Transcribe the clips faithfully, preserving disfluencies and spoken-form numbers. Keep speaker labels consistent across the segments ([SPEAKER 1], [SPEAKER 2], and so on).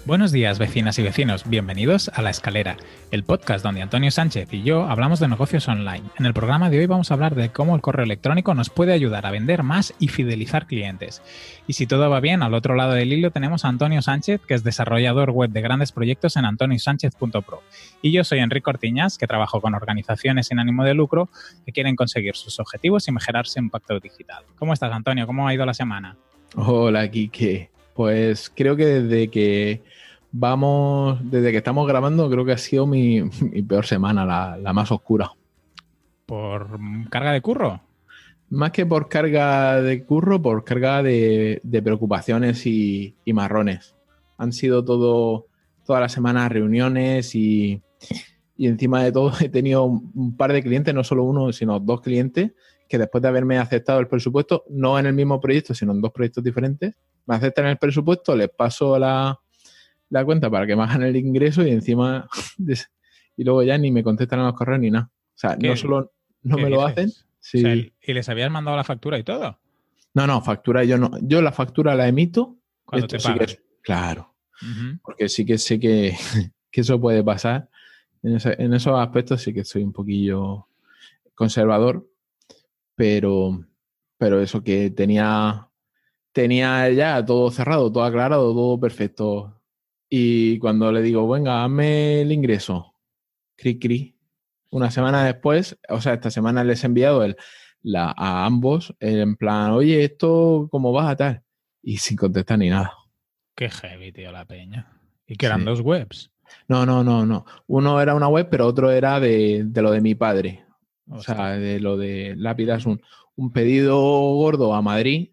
[SPEAKER 1] Buenos días, vecinas y vecinos. Bienvenidos a La Escalera, el podcast donde Antonio Sánchez y yo hablamos de negocios online. En el programa de hoy vamos a hablar de cómo el correo electrónico nos puede ayudar a vender más y fidelizar clientes. Y si todo va bien, al otro lado del hilo tenemos a Antonio Sánchez, que es desarrollador web de grandes proyectos en antonio sánchez punto pro. Y yo soy Enrique Ortiñas, que trabajo con organizaciones sin ánimo de lucro que quieren conseguir sus objetivos y mejorar su impacto digital. ¿Cómo estás, Antonio? ¿Cómo ha ido la semana?
[SPEAKER 2] Hola, Quique. Pues creo que desde que vamos, desde que estamos grabando, creo que ha sido mi, mi peor semana, la, la más oscura.
[SPEAKER 1] ¿Por carga de curro?
[SPEAKER 2] Más que por carga de curro, por carga de, de preocupaciones y, y marrones. Han sido todo, toda la semana reuniones y, y encima de todo he tenido un, un par de clientes, no solo uno, sino dos clientes, que después de haberme aceptado el presupuesto, no en el mismo proyecto, sino en dos proyectos diferentes, me aceptan el presupuesto, les paso la, la cuenta para que me hagan el ingreso y encima y luego ya ni me contestan a los correos ni nada. O sea, no solo no me lo hacen. Sí.
[SPEAKER 1] O sea, ¿y les habías mandado la factura y todo?
[SPEAKER 2] No, no, factura yo no. Yo la factura la emito.
[SPEAKER 1] Cuando te pagan.
[SPEAKER 2] Sí que es, claro.
[SPEAKER 1] Uh-huh.
[SPEAKER 2] Porque sí que sé que, que eso puede pasar. En, ese, en esos aspectos sí que soy un poquillo conservador. Pero, pero eso que tenía, tenía ya todo cerrado, todo aclarado, todo perfecto. Y cuando le digo, venga, hazme el ingreso, cri, cri. Una semana después, o sea, esta semana les he enviado el, la, a ambos en plan, oye, ¿esto cómo va a tal? Y sin contestar ni nada.
[SPEAKER 1] Qué heavy, tío, la peña. ¿Y que eran sí. dos webs?
[SPEAKER 2] No, no, no, no. Uno era una web, pero otro era de, de lo de mi padre. O Hostia. sea, de lo de Lápidas, un, un pedido gordo a Madrid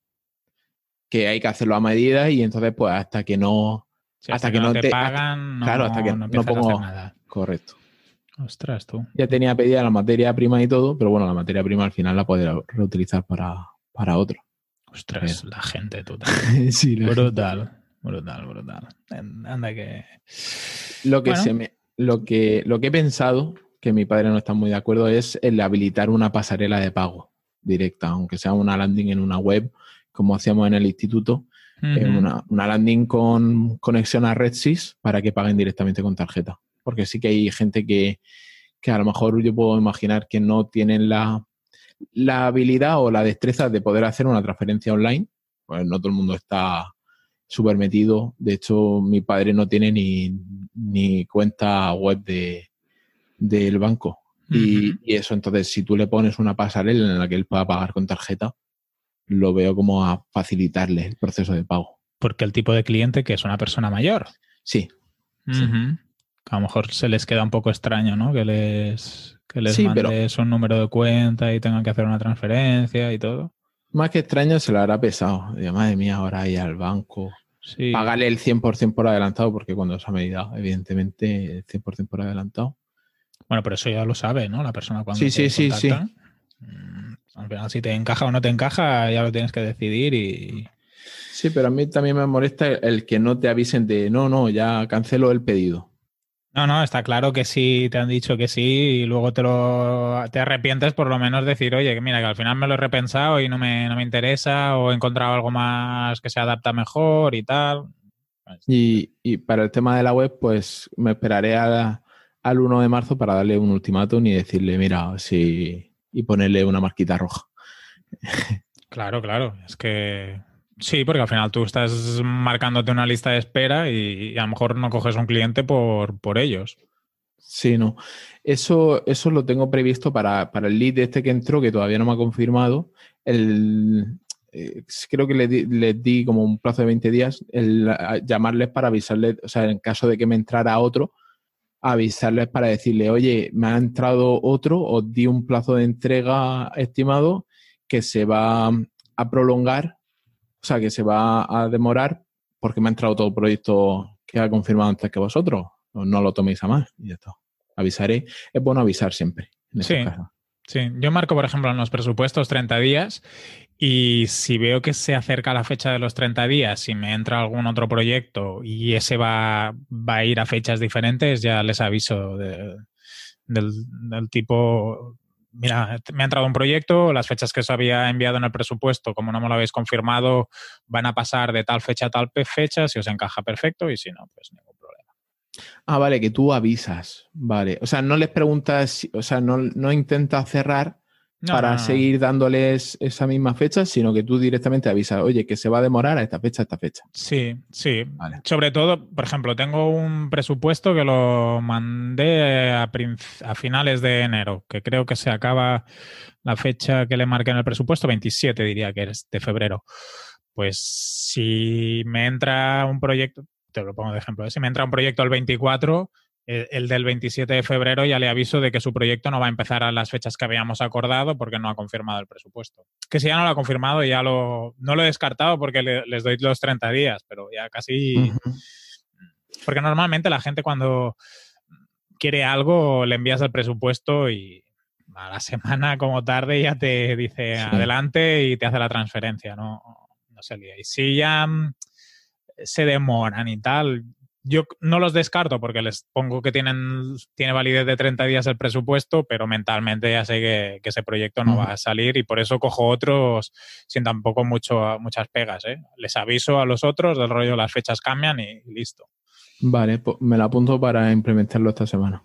[SPEAKER 2] que hay que hacerlo a medida y entonces pues hasta que no
[SPEAKER 1] sí, hasta, hasta que, que no te, te pagan hasta,
[SPEAKER 2] no, claro hasta que no, no pongo
[SPEAKER 1] a hacer nada.
[SPEAKER 2] Correcto.
[SPEAKER 1] Ostras, tú.
[SPEAKER 2] Ya tenía pedida la materia prima y todo, pero bueno, la materia prima al final la podría reutilizar para, para otro.
[SPEAKER 1] Ostras, la gente total.
[SPEAKER 2] Sí, la
[SPEAKER 1] brutal,
[SPEAKER 2] gente.
[SPEAKER 1] brutal, brutal. Anda que
[SPEAKER 2] lo que bueno. se me lo que lo que he pensado, que mi padre no está muy de acuerdo, es el habilitar una pasarela de pago directa, aunque sea una landing en una web, como hacíamos en el instituto, uh-huh. en una, una landing con conexión a RedSys para que paguen directamente con tarjeta. Porque sí que hay gente que, que a lo mejor yo puedo imaginar que no tienen la, la habilidad o la destreza de poder hacer una transferencia online. Pues no todo el mundo está súper metido. De hecho, mi padre no tiene ni, ni cuenta web de, del banco. Uh-huh. Y, y eso, entonces, si tú le pones una pasarela en la que él pueda pagar con tarjeta, lo veo como a facilitarle el proceso de pago.
[SPEAKER 1] Porque el tipo de cliente que es una persona mayor.
[SPEAKER 2] Sí.
[SPEAKER 1] Uh-huh. sí. A lo mejor se les queda un poco extraño, ¿no? Que les, que les sí, mandes pero... un número de cuenta y tengan que hacer una transferencia y todo.
[SPEAKER 2] Más que extraño se lo hará pesado. De, madre mía, ahora ir al banco.
[SPEAKER 1] Sí.
[SPEAKER 2] Pagarle el cien por ciento por adelantado, porque cuando se ha medido, evidentemente, el cien por ciento por adelantado.
[SPEAKER 1] Bueno, pero eso ya lo sabe, ¿no? La persona cuando
[SPEAKER 2] sí,
[SPEAKER 1] te
[SPEAKER 2] sí,
[SPEAKER 1] contacta.
[SPEAKER 2] Sí, sí.
[SPEAKER 1] Al final, si te encaja o no te encaja, ya lo tienes que decidir y...
[SPEAKER 2] Sí, pero a mí también me molesta el que no te avisen de no, no, ya cancelo el pedido.
[SPEAKER 1] No, no, está claro que sí te han dicho que sí y luego te lo te arrepientes por lo menos decir, oye, que mira, que al final me lo he repensado y no me, no me interesa o he encontrado algo más que se adapta mejor y tal.
[SPEAKER 2] Y, y para el tema de la web, pues me esperaré a, al uno de marzo para darle un ultimátum y decirle, mira, sí, y ponerle una marquita roja.
[SPEAKER 1] Claro, claro, es que... Sí, porque al final tú estás marcándote una lista de espera y, y a lo mejor no coges un cliente por, por ellos.
[SPEAKER 2] Sí, no. Eso, eso lo tengo previsto para, para el lead este que entró, que todavía no me ha confirmado. El, eh, creo que les di, les di como un plazo de veinte días el llamarles para avisarles, o sea, en caso de que me entrara otro, avisarles para decirle, oye, me ha entrado otro, os di un plazo de entrega estimado que se va a prolongar. O sea, que se va a demorar porque me ha entrado todo el proyecto que ha confirmado antes que vosotros. No lo toméis a más y ya está. Avisaré. Es bueno avisar siempre en estos
[SPEAKER 1] sí,
[SPEAKER 2] casos.
[SPEAKER 1] Sí, yo marco, por ejemplo, en los presupuestos treinta días y si veo que se acerca la fecha de los treinta días y me entra algún otro proyecto y ese va, va a ir a fechas diferentes, ya les aviso de, del, del tipo... mira, me ha entrado un proyecto, las fechas que os había enviado en el presupuesto, como no me lo habéis confirmado, van a pasar de tal fecha a tal fecha, si os encaja perfecto y si no, pues ningún problema.
[SPEAKER 2] Ah, vale, que tú avisas. Vale. O sea, no les preguntas, o sea, no, no intentas cerrar
[SPEAKER 1] No,
[SPEAKER 2] para
[SPEAKER 1] no, no.
[SPEAKER 2] seguir dándoles esa misma fecha, sino que tú directamente avisas, oye, que se va a demorar a esta fecha, a esta fecha.
[SPEAKER 1] Sí, sí.
[SPEAKER 2] Vale.
[SPEAKER 1] Sobre todo, por ejemplo, tengo un presupuesto que lo mandé a, a finales de enero, que creo que se acaba la fecha que le marqué en el presupuesto, veintisiete diría que es de febrero. Pues si me entra un proyecto, te lo pongo de ejemplo, ¿eh? Si me entra un proyecto el veinticuatro, el, el del veintisiete de febrero ya le aviso de que su proyecto no va a empezar a las fechas que habíamos acordado porque no ha confirmado el presupuesto. Que si ya no lo ha confirmado, ya lo, no lo he descartado porque le, les doy los treinta días, pero ya casi... Uh-huh. Porque normalmente la gente cuando quiere algo le envías el presupuesto y a la semana como tarde ya te dice sí. adelante y te hace la transferencia, ¿no? No se lía. Y si ya se demoran y tal, yo no los descarto porque les pongo que tienen tiene validez de treinta días el presupuesto, pero mentalmente ya sé que, que ese proyecto no uh-huh. va a salir y por eso cojo otros sin tampoco mucho, muchas pegas, ¿eh? Les aviso a los otros del rollo, las fechas cambian y, y listo.
[SPEAKER 2] Vale, pues me lo apunto para implementarlo esta semana.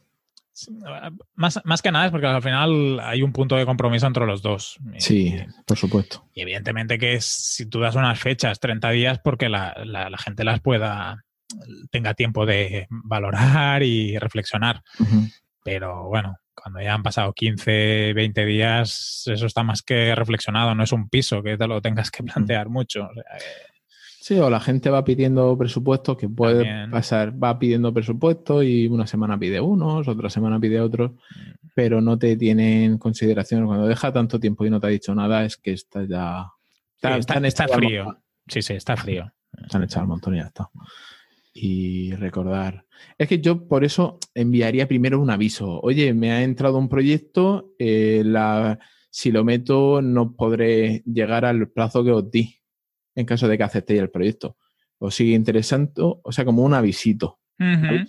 [SPEAKER 1] Más, más que nada es porque al final hay un punto de compromiso entre los dos.
[SPEAKER 2] Sí, y, por supuesto.
[SPEAKER 1] Y evidentemente que si tú das unas fechas, treinta días, porque la, la, la gente las pueda, tenga tiempo de valorar y reflexionar. Uh-huh. Pero bueno, cuando ya han pasado quince, veinte días, eso está más que reflexionado. No es un piso que te lo tengas que plantear uh-huh. mucho. O sea, eh,
[SPEAKER 2] sí, o la gente va pidiendo presupuestos, que puede
[SPEAKER 1] También.
[SPEAKER 2] pasar, va pidiendo presupuestos y una semana pide unos, otra semana pide otros, pero no te tiene en consideración. Cuando deja tanto tiempo y no te ha dicho nada, es que está ya...
[SPEAKER 1] Sí, está, está frío. Sí, sí, está frío.
[SPEAKER 2] Están hechas al montón y ya está. Y recordar... Es que yo por eso enviaría primero un aviso. Oye, me ha entrado un proyecto, eh, la... si lo meto no podré llegar al plazo que os di, en caso de que aceptéis el proyecto. Os sigue interesando, o sea, como un avisito.
[SPEAKER 1] Uh-huh.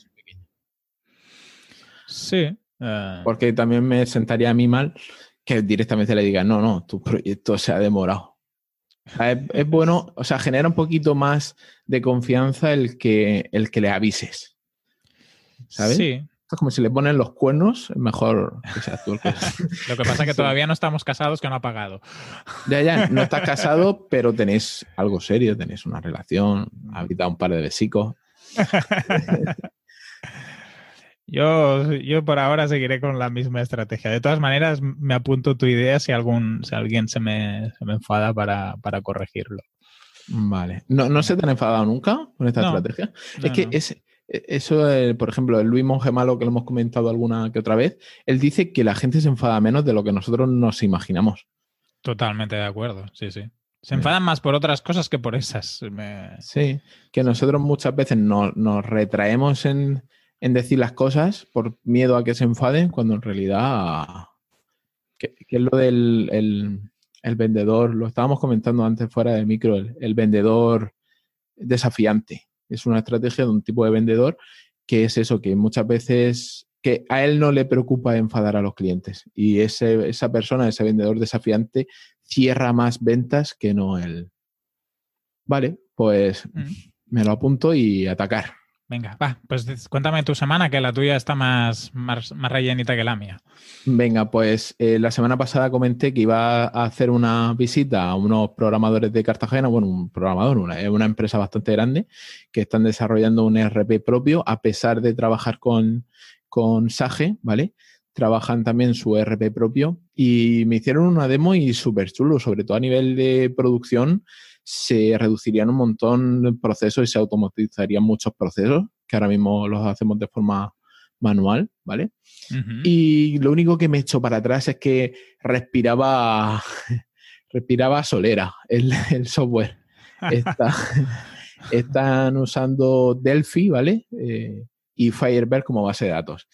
[SPEAKER 1] Sí.
[SPEAKER 2] Uh... Porque también me sentaría a mí mal que directamente le diga, no, no, tu proyecto se ha demorado. O sea, es, es bueno, o sea, genera un poquito más de confianza el que, el que le avises. ¿Sabes?
[SPEAKER 1] Sí.
[SPEAKER 2] Es como si le ponen los cuernos, es mejor que seas tú el que...
[SPEAKER 1] Lo que pasa es que todavía no estamos casados, que no ha pagado.
[SPEAKER 2] Ya, ya, no estás casado, pero tenéis algo serio, tenéis una relación, habéis dado un par de besicos.
[SPEAKER 1] yo, yo por ahora seguiré con la misma estrategia. De todas maneras, me apunto tu idea si, algún, si alguien se me, se me enfada para, para corregirlo.
[SPEAKER 2] Vale. ¿No, no se te han enfadado nunca con esta
[SPEAKER 1] no,
[SPEAKER 2] estrategia?
[SPEAKER 1] No,
[SPEAKER 2] es que
[SPEAKER 1] no.
[SPEAKER 2] es... Eso, eh, por ejemplo, el Luis Monge Malo, que lo hemos comentado alguna que otra vez, él dice que la gente se enfada menos de lo que nosotros nos imaginamos.
[SPEAKER 1] Totalmente de acuerdo, sí, sí. Se enfadan más por otras cosas que por esas. Me...
[SPEAKER 2] Sí, que nosotros muchas veces nos, nos retraemos en, en decir las cosas por miedo a que se enfaden, cuando en realidad, que, que es lo del el, el vendedor, lo estábamos comentando antes fuera del micro, el, el vendedor desafiante. Es una estrategia de un tipo de vendedor que es eso, que muchas veces que a él no le preocupa enfadar a los clientes y ese, esa persona, ese vendedor desafiante, cierra más ventas que no él. Vale, pues mm. me lo apunto y atacar.
[SPEAKER 1] Venga, va, pues cuéntame tu semana, que la tuya está más, más, más rellenita que la mía.
[SPEAKER 2] Venga, pues eh, la semana pasada comenté que iba a hacer una visita a unos programadores de Cartagena, bueno, un programador, una, una empresa bastante grande, que están desarrollando un E R P propio, a pesar de trabajar con, con Sage, ¿vale? Trabajan también su E R P propio y me hicieron una demo y súper chulo, sobre todo a nivel de producción. Se reducirían un montón de procesos y se automatizarían muchos procesos que ahora mismo los hacemos de forma manual, ¿vale? Uh-huh. Y lo único que me echo para atrás es que respiraba respiraba solera el, el software. Está, están usando Delphi, ¿vale? Eh, y Firebird como base de datos.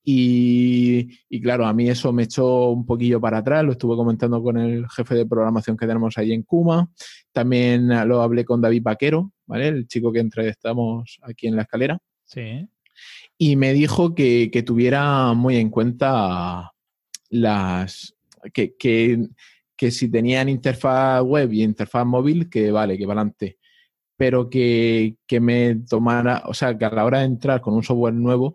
[SPEAKER 2] Y, y claro, a mí eso me echó un poquillo para atrás, lo estuve comentando con el jefe de programación que tenemos ahí en Kuma, también lo hablé con David Vaquero, ¿vale? El chico que entrevistamos aquí en La Escalera.
[SPEAKER 1] Sí.
[SPEAKER 2] Y me dijo que, que tuviera muy en cuenta las, que, que, que si tenían interfaz web y interfaz móvil, que vale, que va adelante. Pero que, que me tomara, o sea, que a la hora de entrar con un software nuevo,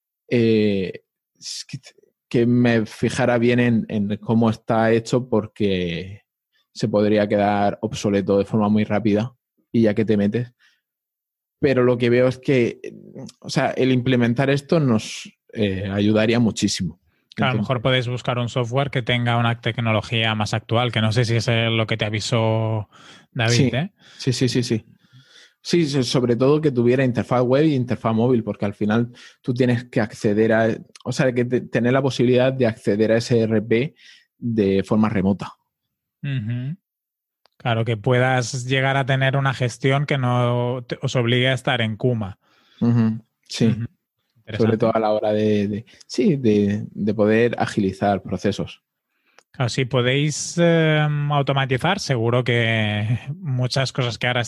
[SPEAKER 2] eh, que, que me fijara bien en, en cómo está hecho, porque se podría quedar obsoleto de forma muy rápida y ya que te metes. Pero lo que veo es que, o sea, el implementar esto nos eh, ayudaría muchísimo.
[SPEAKER 1] Que a lo mejor podéis buscar un software que tenga una tecnología más actual, que no sé si es lo que te avisó David,
[SPEAKER 2] sí,
[SPEAKER 1] ¿eh?
[SPEAKER 2] Sí, sí, sí, sí. Sí, sobre todo que tuviera interfaz web y interfaz móvil, porque al final tú tienes que acceder a, o sea, que te, tener la posibilidad de acceder a ese E R P de forma remota.
[SPEAKER 1] Uh-huh. Claro, que puedas llegar a tener una gestión que no te, os obligue a estar en Kuma.
[SPEAKER 2] Uh-huh. Sí, uh-huh. Sobre todo a la hora de, de sí, de, de poder agilizar procesos.
[SPEAKER 1] Claro, si podéis eh, automatizar, seguro que muchas cosas que ahora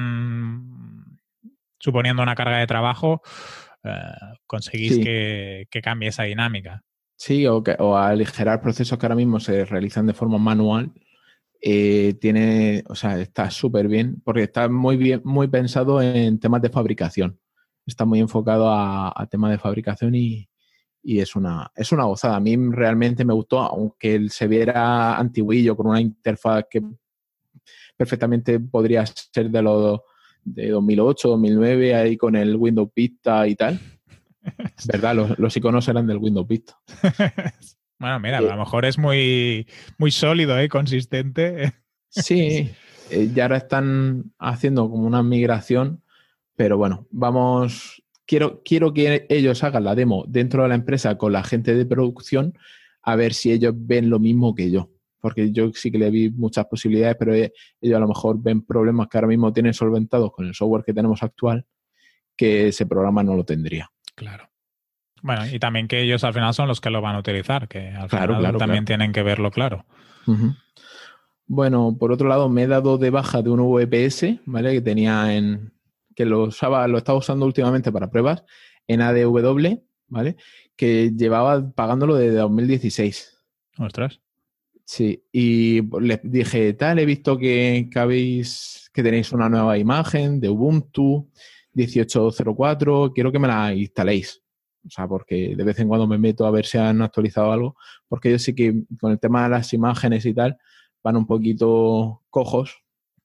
[SPEAKER 1] están suponiendo una carga de trabajo, eh, conseguís sí. que, que cambie esa dinámica.
[SPEAKER 2] Sí, o, que, o aligerar procesos que ahora mismo se realizan de forma manual. Eh, tiene, o sea, está súper bien, porque está muy bien, muy pensado en temas de fabricación. Está muy enfocado a, a temas de fabricación y, y es una, es una gozada. A mí realmente me gustó, aunque él se viera antiguillo con una interfaz que perfectamente podría ser de los de dos mil ocho, dos mil nueve, ahí con el Windows Vista y tal. ¿Verdad? Los, los iconos eran del Windows Vista.
[SPEAKER 1] Bueno, mira, eh, a lo mejor es muy, muy sólido, ¿eh? Consistente.
[SPEAKER 2] Sí, eh, ya ahora están haciendo como una migración, pero bueno, vamos, quiero, quiero que ellos hagan la demo dentro de la empresa con la gente de producción, a ver si ellos ven lo mismo que yo, porque yo sí que le vi muchas posibilidades, pero ellos a lo mejor ven problemas que ahora mismo tienen solventados con el software que tenemos actual, que ese programa no lo tendría.
[SPEAKER 1] Claro. Bueno, y también que ellos al final son los que lo van a utilizar, que al
[SPEAKER 2] claro,
[SPEAKER 1] final
[SPEAKER 2] claro,
[SPEAKER 1] también
[SPEAKER 2] claro.
[SPEAKER 1] tienen que verlo claro.
[SPEAKER 2] Uh-huh. Bueno, por otro lado, me he dado de baja de un V P S, ¿vale? Que tenía en... que lo usaba, lo estaba usando últimamente para pruebas, en A D W, ¿vale? Que llevaba pagándolo desde dos mil dieciséis.
[SPEAKER 1] Ostras.
[SPEAKER 2] Sí, y les dije, tal, he visto que, que habéis, que tenéis una nueva imagen de Ubuntu dieciocho cero cuatro, quiero que me la instaléis. O sea, porque de vez en cuando me meto a ver si han actualizado algo, porque yo sé que con el tema de las imágenes y tal, van un poquito cojos.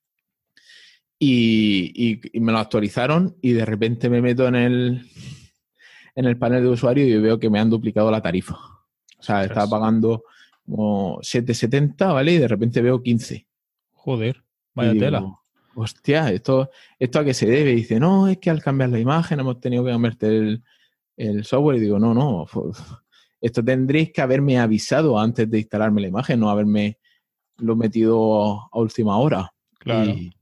[SPEAKER 2] Y, y, y me lo actualizaron y de repente me meto en el, en el panel de usuario y veo que me han duplicado la tarifa. O sea, estaba pagando como siete setenta, ¿vale? Y de repente veo quince.
[SPEAKER 1] Joder, vaya
[SPEAKER 2] y digo,
[SPEAKER 1] tela.
[SPEAKER 2] Hostia, ¿esto, ¿esto a qué se debe? Y dice, no, es que al cambiar la imagen hemos tenido que convertir el, el software. Y digo, no, no, esto tendréis que haberme avisado antes de instalarme la imagen, no haberme lo metido a última hora.
[SPEAKER 1] Claro.
[SPEAKER 2] Y,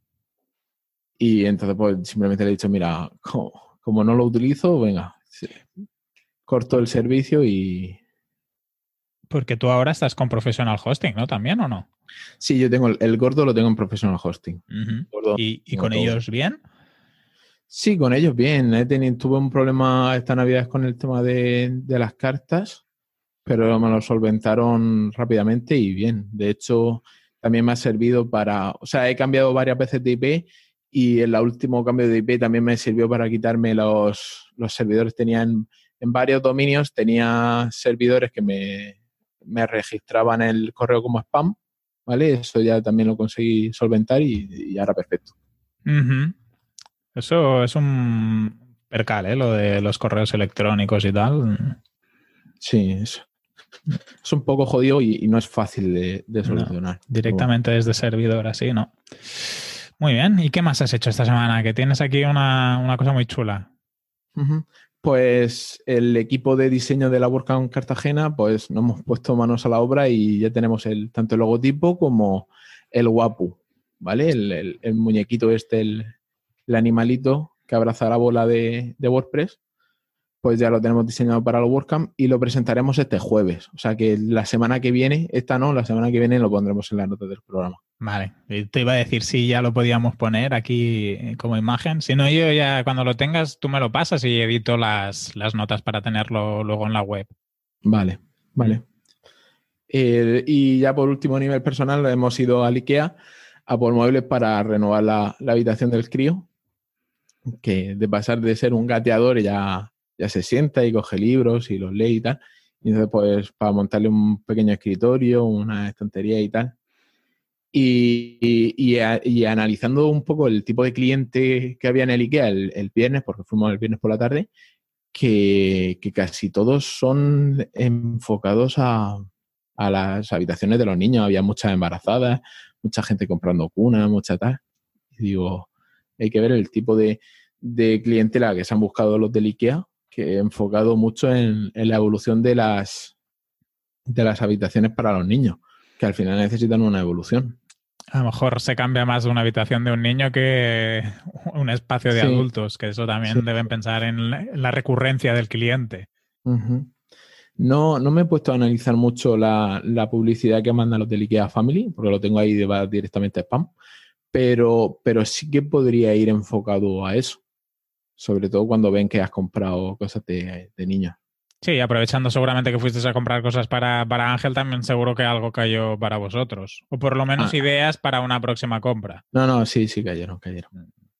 [SPEAKER 2] y entonces pues simplemente le he dicho, mira, como, como no lo utilizo, venga, sí, corto el servicio y...
[SPEAKER 1] Porque tú ahora estás con Professional Hosting, ¿no? ¿También o no?
[SPEAKER 2] Sí, yo tengo el, el gordo, lo tengo en Professional Hosting.
[SPEAKER 1] Uh-huh. Gordo, ¿Y, y con todo. Ellos bien?
[SPEAKER 2] Sí, con ellos bien. He tenido, tuve un problema esta Navidad con el tema de, de las cartas, pero me lo solventaron rápidamente y bien. De hecho, también me ha servido para... O sea, he cambiado varias veces de I P y en el último cambio de I P también me sirvió para quitarme los, los servidores. Tenía en, en varios dominios, tenía servidores que me, me registraban el correo como spam, ¿vale? Eso ya también lo conseguí solventar y, y ahora perfecto.
[SPEAKER 1] Uh-huh. Eso es un percal, ¿eh? Lo de los correos electrónicos y tal.
[SPEAKER 2] Sí, es, es un poco jodido y, y no es fácil de, de solucionar.
[SPEAKER 1] No, directamente bueno. Desde servidor, así, ¿no? Muy bien. ¿Y qué más has hecho esta semana? Que tienes aquí una, una cosa muy chula.
[SPEAKER 2] Uh-huh. Pues el equipo de diseño de la WordCamp Cartagena, pues nos hemos puesto manos a la obra y ya tenemos el, tanto el logotipo como el Wapu, ¿vale? El, el, el muñequito este, el, el animalito que abraza la bola de, de WordPress, pues ya lo tenemos diseñado para el WordCamp y lo presentaremos este jueves. O sea que la semana que viene, esta no, la semana que viene lo pondremos en las notas del programa.
[SPEAKER 1] Vale, te iba a decir si ya lo podíamos poner aquí como imagen. Si no, yo ya cuando lo tengas, tú me lo pasas y edito las, las notas para tenerlo luego en la web.
[SPEAKER 2] Vale, vale. Eh, y ya por último, a nivel personal, hemos ido al IKEA a por muebles para renovar la, la habitación del crío, que de pasar de ser un gateador ya, ya se sienta y coge libros y los lee y tal. Y entonces, pues, para montarle un pequeño escritorio, una estantería y tal. Y, y, y, a, y analizando un poco el tipo de cliente que había en el IKEA el, el viernes, porque fuimos el viernes por la tarde, que, que casi todos son enfocados a, a las habitaciones de los niños. Había muchas embarazadas, mucha gente comprando cunas, mucha tal. Y digo, hay que ver el tipo de, de clientela que se han buscado los del IKEA, que he enfocado mucho en, en la evolución de las, de las habitaciones para los niños, que al final necesitan una evolución.
[SPEAKER 1] A lo mejor se cambia más una habitación de un niño que un espacio de
[SPEAKER 2] Sí,
[SPEAKER 1] adultos, que eso también
[SPEAKER 2] sí.
[SPEAKER 1] deben pensar en la, en la recurrencia del cliente.
[SPEAKER 2] Uh-huh. No, no me he puesto a analizar mucho la, la publicidad que mandan los del IKEA Family, porque lo tengo ahí de, va directamente a spam, pero, pero sí que podría ir enfocado a eso, sobre todo cuando ven que has comprado cosas de, de niños.
[SPEAKER 1] Sí, aprovechando seguramente que fuisteis a comprar cosas para, para Ángel, también seguro que algo cayó para vosotros. O por lo menos
[SPEAKER 2] Ah,
[SPEAKER 1] ideas para una próxima compra.
[SPEAKER 2] no, no, sí, sí, cayeron, cayeron.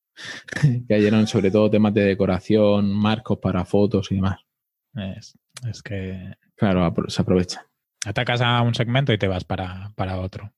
[SPEAKER 2] Cayeron sobre todo temas de decoración, marcos para fotos y demás.
[SPEAKER 1] Es, es que...
[SPEAKER 2] Claro, se aprovecha.
[SPEAKER 1] Atacas a un segmento y te vas para, para otro.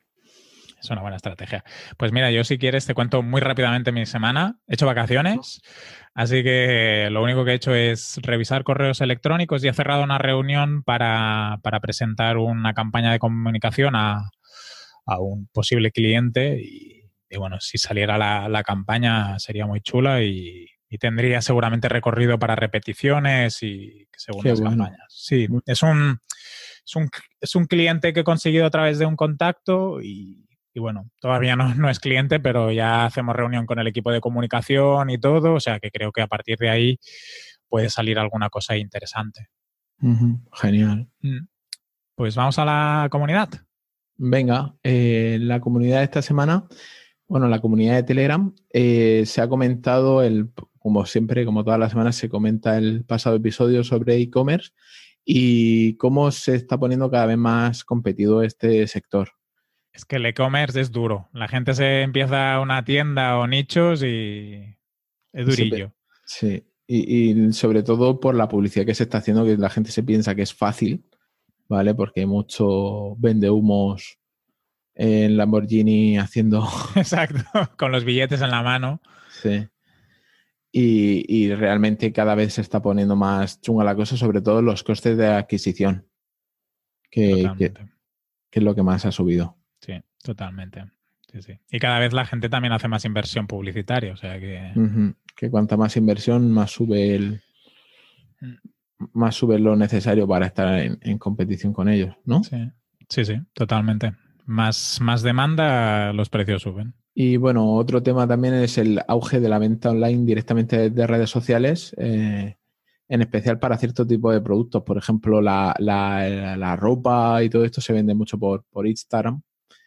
[SPEAKER 1] Es una buena estrategia. Pues mira, yo si quieres te cuento muy rápidamente mi semana. He hecho vacaciones, así que lo único que he hecho es revisar correos electrónicos y he cerrado una reunión para, para presentar una campaña de comunicación a, a un posible cliente y, y bueno, si saliera la, la campaña sería muy chula y, y tendría seguramente recorrido para repeticiones y segundas
[SPEAKER 2] Qué bueno.
[SPEAKER 1] campañas. Sí, es un, es un, es un cliente que he conseguido a través de un contacto y Y bueno, todavía no, no es cliente, pero ya hacemos reunión con el equipo de comunicación y todo, o sea que creo que a partir de ahí puede salir alguna cosa interesante.
[SPEAKER 2] Uh-huh. Genial.
[SPEAKER 1] Pues vamos a la comunidad.
[SPEAKER 2] Venga, eh, la comunidad de esta semana, bueno, la comunidad de Telegram, eh, se ha comentado, el, como siempre, como todas las semanas, se comenta el pasado episodio sobre e-commerce y cómo se está poniendo cada vez más competido este sector.
[SPEAKER 1] Es que el e-commerce es duro. La gente se empieza una tienda o nichos y es durillo.
[SPEAKER 2] Sí, y, y sobre todo por la publicidad que se está haciendo, que la gente se piensa que es fácil, ¿vale? Porque hay mucho vendehumos en Lamborghini haciendo...
[SPEAKER 1] Exacto, con los billetes en la mano.
[SPEAKER 2] Sí. Y, y realmente cada vez se está poniendo más chunga la cosa, sobre todo los costes de adquisición, que, que, que es lo que más ha subido.
[SPEAKER 1] Sí, totalmente. Sí, sí. Y cada vez la gente también hace más inversión publicitaria, o sea que...
[SPEAKER 2] Uh-huh. Que cuanta más inversión, más sube el... más sube lo necesario para estar en, en competición con ellos, ¿no?
[SPEAKER 1] Sí, sí, sí, totalmente. Más, más demanda, los precios suben.
[SPEAKER 2] Y bueno, otro tema también es el auge de la venta online directamente de redes sociales, eh, en especial para cierto tipo de productos. Por ejemplo, la, la, la ropa y todo esto se vende mucho por, por Instagram.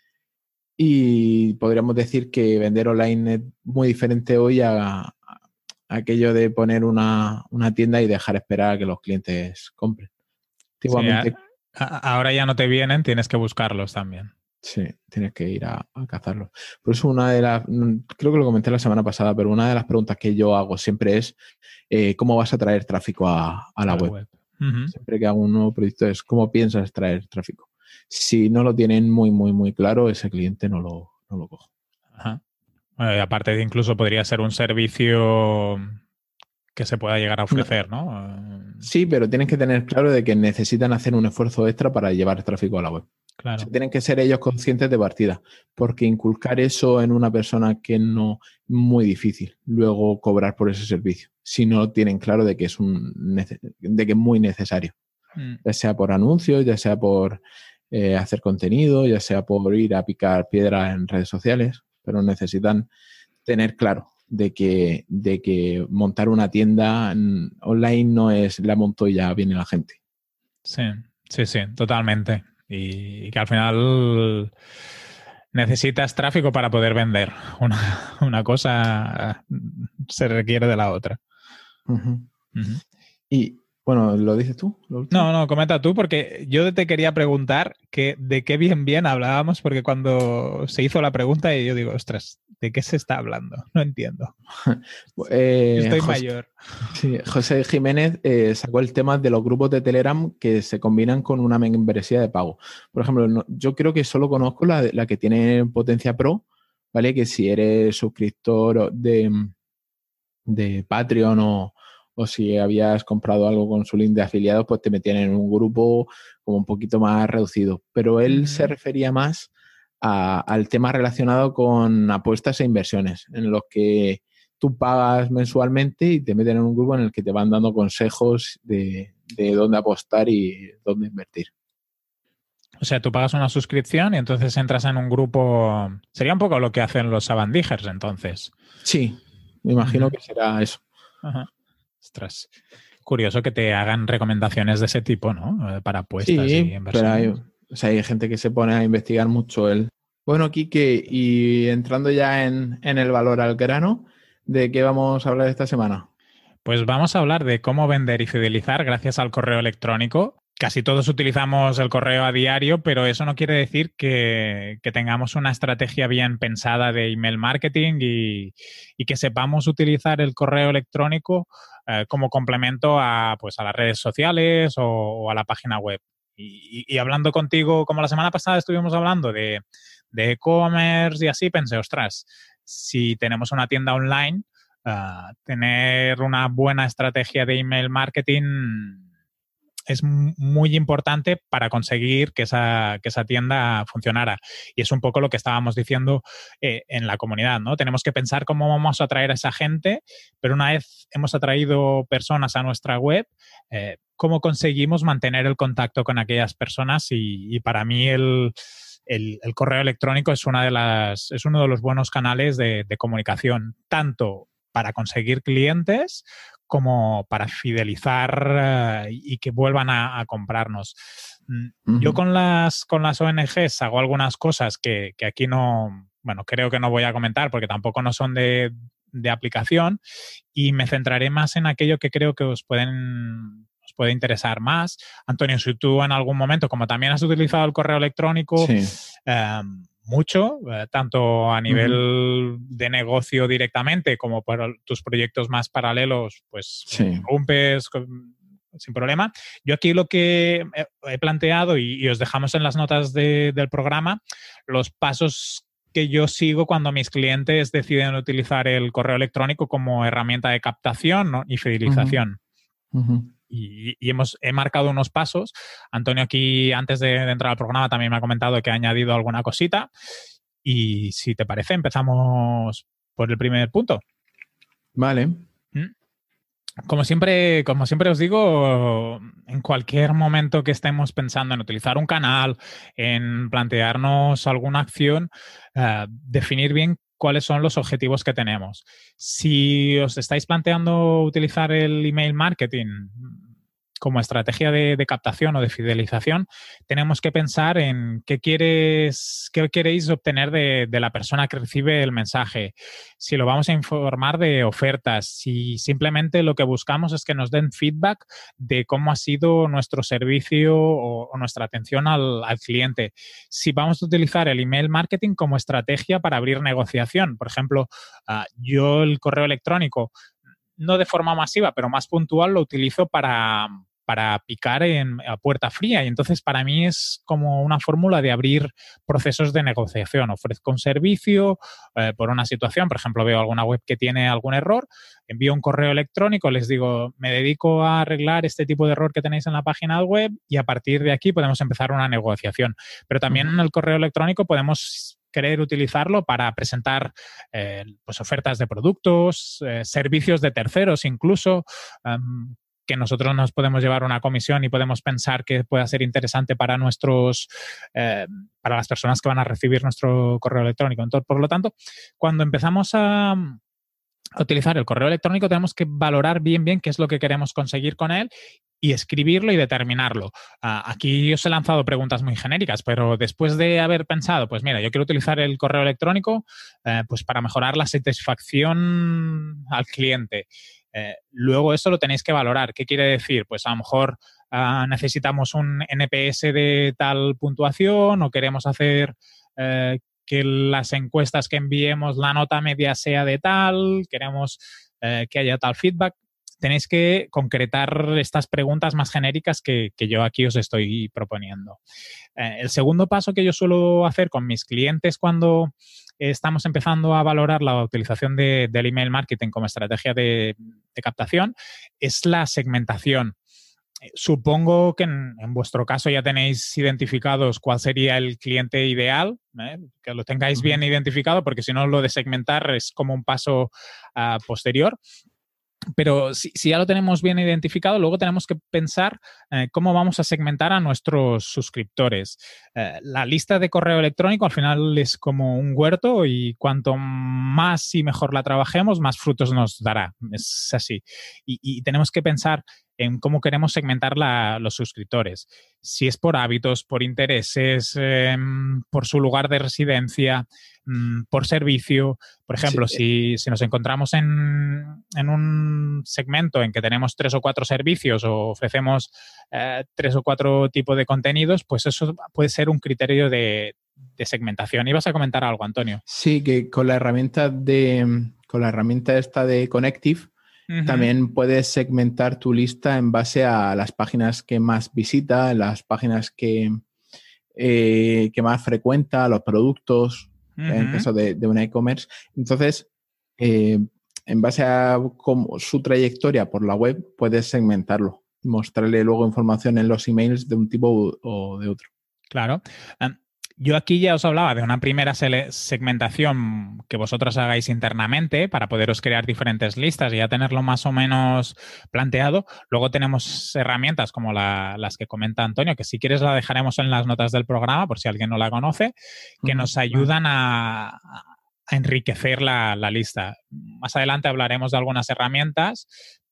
[SPEAKER 2] Y podríamos decir que vender online es muy diferente hoy a, a aquello de poner una, una tienda y dejar esperar a que los clientes compren.
[SPEAKER 1] Antiguamente, sí, a, a, ahora ya no te vienen, tienes que buscarlos también.
[SPEAKER 2] Sí, tienes que ir a, a cazarlos. Por eso una de las, creo que lo comenté la semana pasada, pero una de las preguntas que yo hago siempre es eh, ¿cómo vas a traer tráfico a, a la, a web? web. Uh-huh. Siempre que hago un nuevo proyecto es ¿cómo piensas traer tráfico? Si no lo tienen muy, muy, muy claro, ese cliente no lo, no lo coge.
[SPEAKER 1] Ajá. Bueno, y aparte de incluso podría ser un servicio que se pueda llegar a ofrecer, ¿no? ¿no?
[SPEAKER 2] Sí, pero tienes que tener claro de que necesitan hacer un esfuerzo extra para llevar tráfico a la web. Claro. O sea, tienen que ser ellos conscientes de partida, porque inculcar eso en una persona que no es muy difícil luego cobrar por ese servicio, si no tienen claro de que es un de que es muy necesario, mm. ya sea por anuncios, ya sea por eh, hacer contenido, ya sea por ir a picar piedra en redes sociales, pero necesitan tener claro de que, de que montar una tienda online no es la monto y ya viene la gente.
[SPEAKER 1] Sí, sí, sí, totalmente. Y que al final necesitas tráfico para poder vender. Una, una cosa se requiere de la otra.
[SPEAKER 2] Uh-huh. Uh-huh. Y Bueno, ¿lo dices tú?
[SPEAKER 1] No, no, comenta tú, porque yo te quería preguntar que de qué bien bien hablábamos, porque cuando se hizo la pregunta y yo digo, ostras, ¿de qué se está hablando? No entiendo.
[SPEAKER 2] eh,
[SPEAKER 1] Estoy
[SPEAKER 2] José,
[SPEAKER 1] mayor.
[SPEAKER 2] sí, José Jiménez eh, sacó el tema de los grupos de Telegram que se combinan con una membresía de pago. Por ejemplo, no, yo creo que solo conozco la, la que tiene Potencia Pro, ¿vale? Que si eres suscriptor de, de Patreon o, o si habías comprado algo con su link de afiliados, pues te metían en un grupo como un poquito más reducido. Pero él uh-huh. se refería más a, al tema relacionado con apuestas e inversiones, en los que tú pagas mensualmente y te meten en un grupo en el que te van dando consejos de, de dónde apostar y dónde invertir.
[SPEAKER 1] O sea, tú pagas una suscripción y entonces entras en un grupo... Sería un poco lo que hacen los sabandijers, entonces.
[SPEAKER 2] Sí, me imagino uh-huh. que será eso.
[SPEAKER 1] Uh-huh. Ostras. Curioso que te hagan recomendaciones de ese tipo, ¿no? Para apuestas
[SPEAKER 2] sí,
[SPEAKER 1] y inversiones.
[SPEAKER 2] Pero hay, o sea, hay gente que se pone a investigar mucho el... Bueno, Quique, y entrando ya en, en el valor al grano, ¿de qué vamos a hablar esta semana?
[SPEAKER 1] Pues vamos a hablar de cómo vender y fidelizar gracias al correo electrónico. Casi todos utilizamos el correo a diario, pero eso no quiere decir que, que tengamos una estrategia bien pensada de email marketing y, y que sepamos utilizar el correo electrónico eh, como complemento a, pues, a las redes sociales o, o a la página web. Y, y, y hablando contigo, como la semana pasada estuvimos hablando de, de e-commerce y así, pensé, ostras, si tenemos una tienda online, uh, tener una buena estrategia de email marketing es muy importante para conseguir que esa, que esa tienda funcionara. Y es un poco lo que estábamos diciendo eh, en la comunidad, ¿no? Tenemos que pensar cómo vamos a atraer a esa gente, pero una vez hemos atraído personas a nuestra web, eh, cómo conseguimos mantener el contacto con aquellas personas. Y, y para mí el, el, el correo electrónico es, una de las, es uno de los buenos canales de, de comunicación, tanto para conseguir clientes como para fidelizar uh, y que vuelvan a, a comprarnos. Uh-huh. Yo con las, con las O N Ges hago algunas cosas que, que aquí no, bueno, creo que no voy a comentar porque tampoco no son de, de aplicación y me centraré más en aquello que creo que os pueden... os puede interesar más. Antonio, si tú en algún momento, como también has utilizado el correo electrónico, sí. eh, mucho, eh, tanto a nivel uh-huh. de negocio directamente como por tus proyectos más paralelos, pues sí. rompes con, sin problema. Yo aquí lo que he, he planteado y, y os dejamos en las notas de, del programa los pasos que yo sigo cuando mis clientes deciden utilizar el correo electrónico como herramienta de captación, ¿no? y fidelización. Uh-huh. Uh-huh. Y, y hemos he marcado unos pasos. Antonio aquí, antes de, de entrar al programa, también me ha comentado que ha añadido alguna cosita. Y si te parece, empezamos por el primer punto.
[SPEAKER 2] Vale.
[SPEAKER 1] Como siempre, como siempre os digo, en cualquier momento que estemos pensando en utilizar un canal, en plantearnos alguna acción, uh, definir bien cuáles son los objetivos que tenemos. Si os estáis planteando utilizar el email marketing como estrategia de, de captación o de fidelización, tenemos que pensar en qué quieres, qué queréis obtener de, de la persona que recibe el mensaje. Si lo vamos a informar de ofertas, si simplemente lo que buscamos es que nos den feedback de cómo ha sido nuestro servicio o, o nuestra atención al, al cliente. Si vamos a utilizar el email marketing como estrategia para abrir negociación. Por ejemplo, uh, yo el correo electrónico, no de forma masiva, pero más puntual, lo utilizo para... para picar en, a puerta fría. Y entonces para mí es como una fórmula de abrir procesos de negociación. Ofrezco un servicio eh, por una situación, por ejemplo, veo alguna web que tiene algún error, envío un correo electrónico, les digo, me dedico a arreglar este tipo de error que tenéis en la página web y a partir de aquí podemos empezar una negociación. Pero también en el correo electrónico podemos querer utilizarlo para presentar eh, pues ofertas de productos, eh, servicios de terceros incluso, um, que nosotros nos podemos llevar una comisión y podemos pensar que pueda ser interesante para nuestros, eh, para las personas que van a recibir nuestro correo electrónico. Entonces, por lo tanto, cuando empezamos a, a utilizar el correo electrónico, tenemos que valorar bien, bien qué es lo que queremos conseguir con él y escribirlo y determinarlo. Uh, aquí os he lanzado preguntas muy genéricas, pero después de haber pensado, pues mira, yo quiero utilizar el correo electrónico eh, pues para mejorar la satisfacción al cliente. Eh, luego eso lo tenéis que valorar. ¿Qué quiere decir? Pues a lo mejor uh, necesitamos un N P S de tal puntuación o queremos hacer eh, que las encuestas que enviemos la nota media sea de tal, queremos eh, que haya tal feedback. Tenéis que concretar estas preguntas más genéricas que, que yo aquí os estoy proponiendo. Eh, el segundo paso que yo suelo hacer con mis clientes cuando estamos empezando a valorar la utilización de, del email marketing como estrategia de, de captación es la segmentación. Supongo que en, en vuestro caso ya tenéis identificados cuál sería el cliente ideal, ¿eh? Que lo tengáis bien identificado, porque si no, lo de segmentar es como un paso uh, posterior. Pero si, si ya lo tenemos bien identificado, luego tenemos que pensar eh, cómo vamos a segmentar a nuestros suscriptores. Eh, la lista de correo electrónico al final es como un huerto y cuanto más y mejor la trabajemos, más frutos nos dará. Es así. Y, y tenemos que pensar en cómo queremos segmentar la, los suscriptores. Si es por hábitos, por intereses, eh, por su lugar de residencia, mm, por servicio. Por ejemplo, sí. si, si nos encontramos en, en un segmento en que tenemos tres o cuatro servicios o ofrecemos eh, tres o cuatro tipos de contenidos, pues eso puede ser un criterio de, de segmentación. ¿Ibas a comentar algo, Antonio?
[SPEAKER 2] Sí, que con la herramienta de con la herramienta esta de Connective, Uh-huh. también puedes segmentar tu lista en base a las páginas que más visita, las páginas que, eh, que más frecuenta, los productos, uh-huh. en el caso de, de un e-commerce. Entonces, eh, en base a cómo, su trayectoria por la web, puedes segmentarlo y mostrarle luego información en los emails de un tipo o de otro.
[SPEAKER 1] Claro. Um, Yo aquí ya os hablaba de una primera segmentación que vosotros hagáis internamente para poderos crear diferentes listas y ya tenerlo más o menos planteado. Luego tenemos herramientas como la, las que comenta Antonio, que si quieres la dejaremos en las notas del programa por si alguien no la conoce, que nos ayudan a, a enriquecer la, la lista. Más adelante hablaremos de algunas herramientas,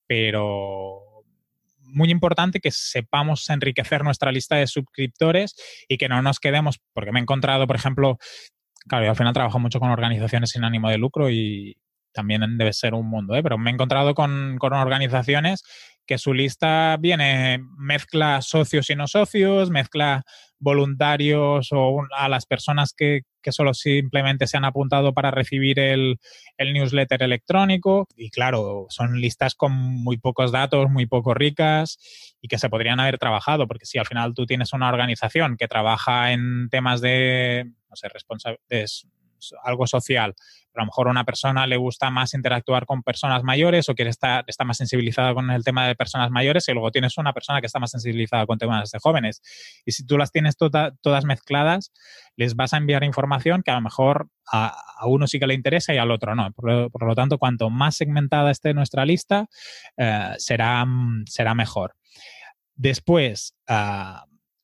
[SPEAKER 1] pero muy importante que sepamos enriquecer nuestra lista de suscriptores y que no nos quedemos, porque me he encontrado, por ejemplo, claro, yo al final trabajo mucho con organizaciones sin ánimo de lucro y también debe ser un mundo, ¿eh? Pero me he encontrado con, con organizaciones que su lista viene, mezcla socios y no socios, mezcla voluntarios o a las personas que, que solo simplemente se han apuntado para recibir el, el newsletter electrónico. Y claro, son listas con muy pocos datos, muy poco ricas y que se podrían haber trabajado, porque si al final tú tienes una organización que trabaja en temas de, no sé, responsabilidades, algo social, pero a lo mejor a una persona le gusta más interactuar con personas mayores o quiere estar está más sensibilizada con el tema de personas mayores y luego tienes una persona que está más sensibilizada con temas de jóvenes. Y si tú las tienes to todas mezcladas, les vas a enviar información que a lo mejor a, a uno sí que le interesa y al otro no. Por lo, por lo tanto, cuanto más segmentada esté nuestra lista, eh, será, será mejor. Después, uh,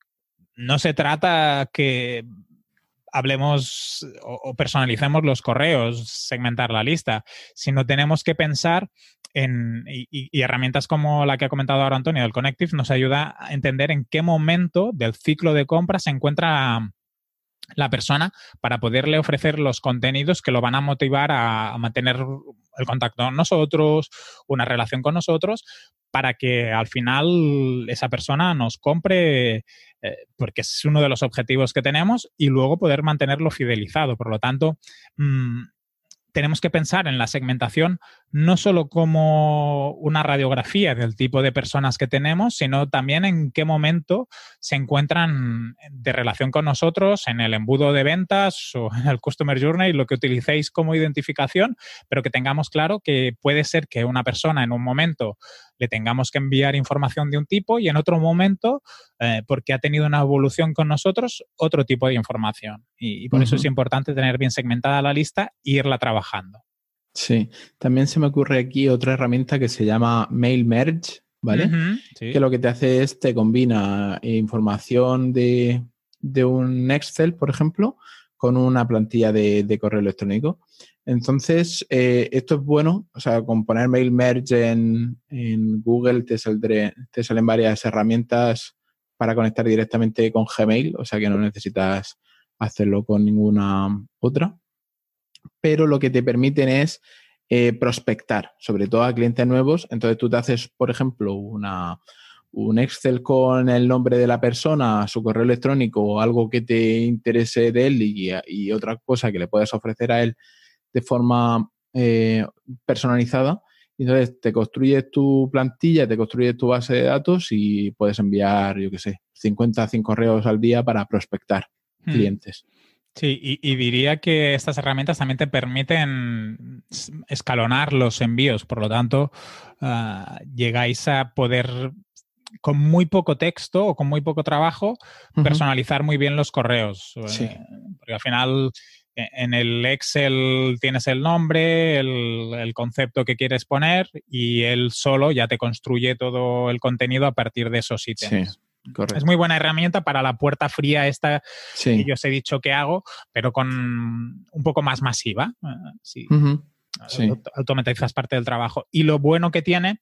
[SPEAKER 1] no se trata que hablemos o, o personalicemos los correos, segmentar la lista, sino tenemos que pensar en, y, y herramientas como la que ha comentado ahora Antonio del Connective nos ayuda a entender en qué momento del ciclo de compra se encuentra la persona para poderle ofrecer los contenidos que lo van a motivar a, a mantener el contacto con nosotros, una relación con nosotros, para que al final esa persona nos compre, eh, porque es uno de los objetivos que tenemos, y luego poder mantenerlo fidelizado. Por lo tanto, mmm, tenemos que pensar en la segmentación no solo como una radiografía del tipo de personas que tenemos, sino también en qué momento se encuentran de relación con nosotros en el embudo de ventas o en el Customer Journey, lo que utilicéis como identificación, pero que tengamos claro que puede ser que una persona en un momento le tengamos que enviar información de un tipo y en otro momento, eh, porque ha tenido una evolución con nosotros, otro tipo de información. Y, y por uh-huh. eso es importante tener bien segmentada la lista e irla trabajando.
[SPEAKER 2] Sí, también se me ocurre aquí otra herramienta que se llama Mail Merge, ¿vale? Uh-huh, sí. Que lo que te hace es te combina información de, de un Excel, por ejemplo, con una plantilla de, de correo electrónico. Entonces, eh, esto es bueno, o sea, con poner Mail Merge en, en Google te, saldré, te salen varias herramientas para conectar directamente con Gmail, o sea que no necesitas hacerlo con ninguna otra. Pero lo que te permiten es eh, prospectar, sobre todo a clientes nuevos. Entonces tú te haces, por ejemplo, una, un Excel con el nombre de la persona, su correo electrónico o algo que te interese de él y, y otra cosa que le puedes ofrecer a él de forma eh, personalizada. Entonces te construyes tu plantilla, te construyes tu base de datos y puedes enviar, yo qué sé, cincuenta, cien correos al día para prospectar hmm. clientes.
[SPEAKER 1] Sí, y, y diría que estas herramientas también te permiten escalonar los envíos. Por lo tanto, uh, llegáis a poder, con muy poco texto o con muy poco trabajo, uh-huh. personalizar muy bien los correos.
[SPEAKER 2] Sí.
[SPEAKER 1] Eh, porque al final, en el Excel tienes el nombre, el, el concepto que quieres poner y él solo ya te construye todo el contenido a partir de esos ítems.
[SPEAKER 2] Sí. Correcto.
[SPEAKER 1] Es muy buena herramienta para la puerta fría esta
[SPEAKER 2] sí.
[SPEAKER 1] que yo os he dicho que hago, pero con un poco más masiva. Sí.
[SPEAKER 2] Uh-huh. sí.
[SPEAKER 1] Automatizas parte del trabajo. Y lo bueno que tiene,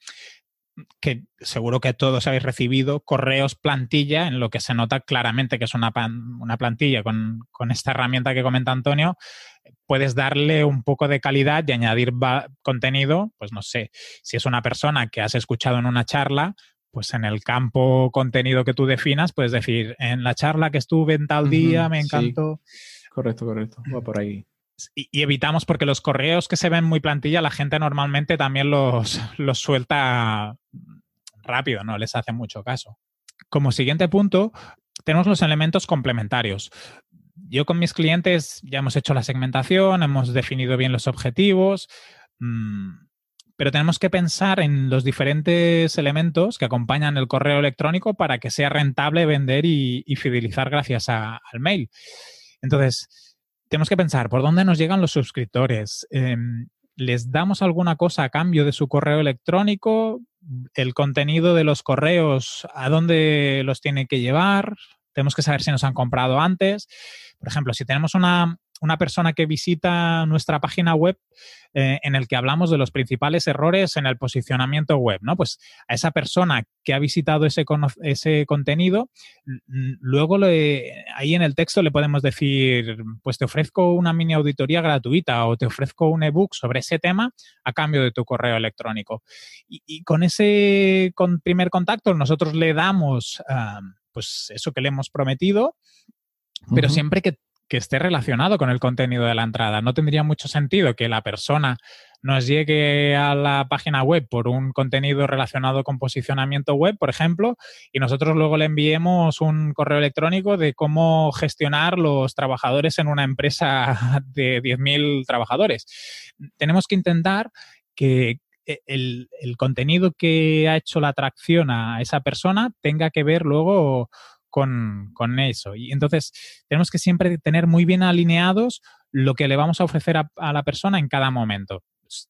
[SPEAKER 1] que seguro que todos habéis recibido, correos plantilla, en lo que se nota claramente que es una, una plantilla con, con esta herramienta que comenta Antonio. Puedes darle un poco de calidad y añadir contenido, pues no sé, si es una persona que has escuchado en una charla, pues en el campo contenido que tú definas, puedes decir, en la charla que estuve en tal día, uh-huh, me encantó.
[SPEAKER 2] Sí. Correcto, correcto. Va por ahí.
[SPEAKER 1] Y, y evitamos, porque los correos que se ven muy plantilla, la gente normalmente también los, los suelta rápido, no les hace mucho caso. Como siguiente punto, tenemos los elementos complementarios. Yo con mis clientes ya hemos hecho la segmentación, hemos definido bien los objetivos, mmm, pero tenemos que pensar en los diferentes elementos que acompañan el correo electrónico para que sea rentable vender y, y fidelizar gracias a, al mail. Entonces, tenemos que pensar por dónde nos llegan los suscriptores. Eh, ¿Les damos alguna cosa a cambio de su correo electrónico? ¿El contenido de los correos, a dónde los tienen que llevar? Tenemos que saber si nos han comprado antes. Por ejemplo, si tenemos una, una persona que visita nuestra página web eh, en el que hablamos de los principales errores en el posicionamiento web, ¿no? Pues a esa persona que ha visitado ese, ese contenido, luego le, ahí en el texto le podemos decir, pues te ofrezco una mini auditoría gratuita o te ofrezco un ebook sobre ese tema a cambio de tu correo electrónico. Y, y con ese con primer contacto nosotros le damos uh, pues eso que le hemos prometido, pero uh-huh. siempre que, que esté relacionado con el contenido de la entrada. No tendría mucho sentido que la persona nos llegue a la página web por un contenido relacionado con posicionamiento web, por ejemplo, y nosotros luego le enviemos un correo electrónico de cómo gestionar los trabajadores en una empresa de diez mil trabajadores. Tenemos que intentar que El, el contenido que ha hecho la atracción a esa persona tenga que ver luego con, con eso. Y entonces tenemos que siempre tener muy bien alineados lo que le vamos a ofrecer a, a la persona en cada momento.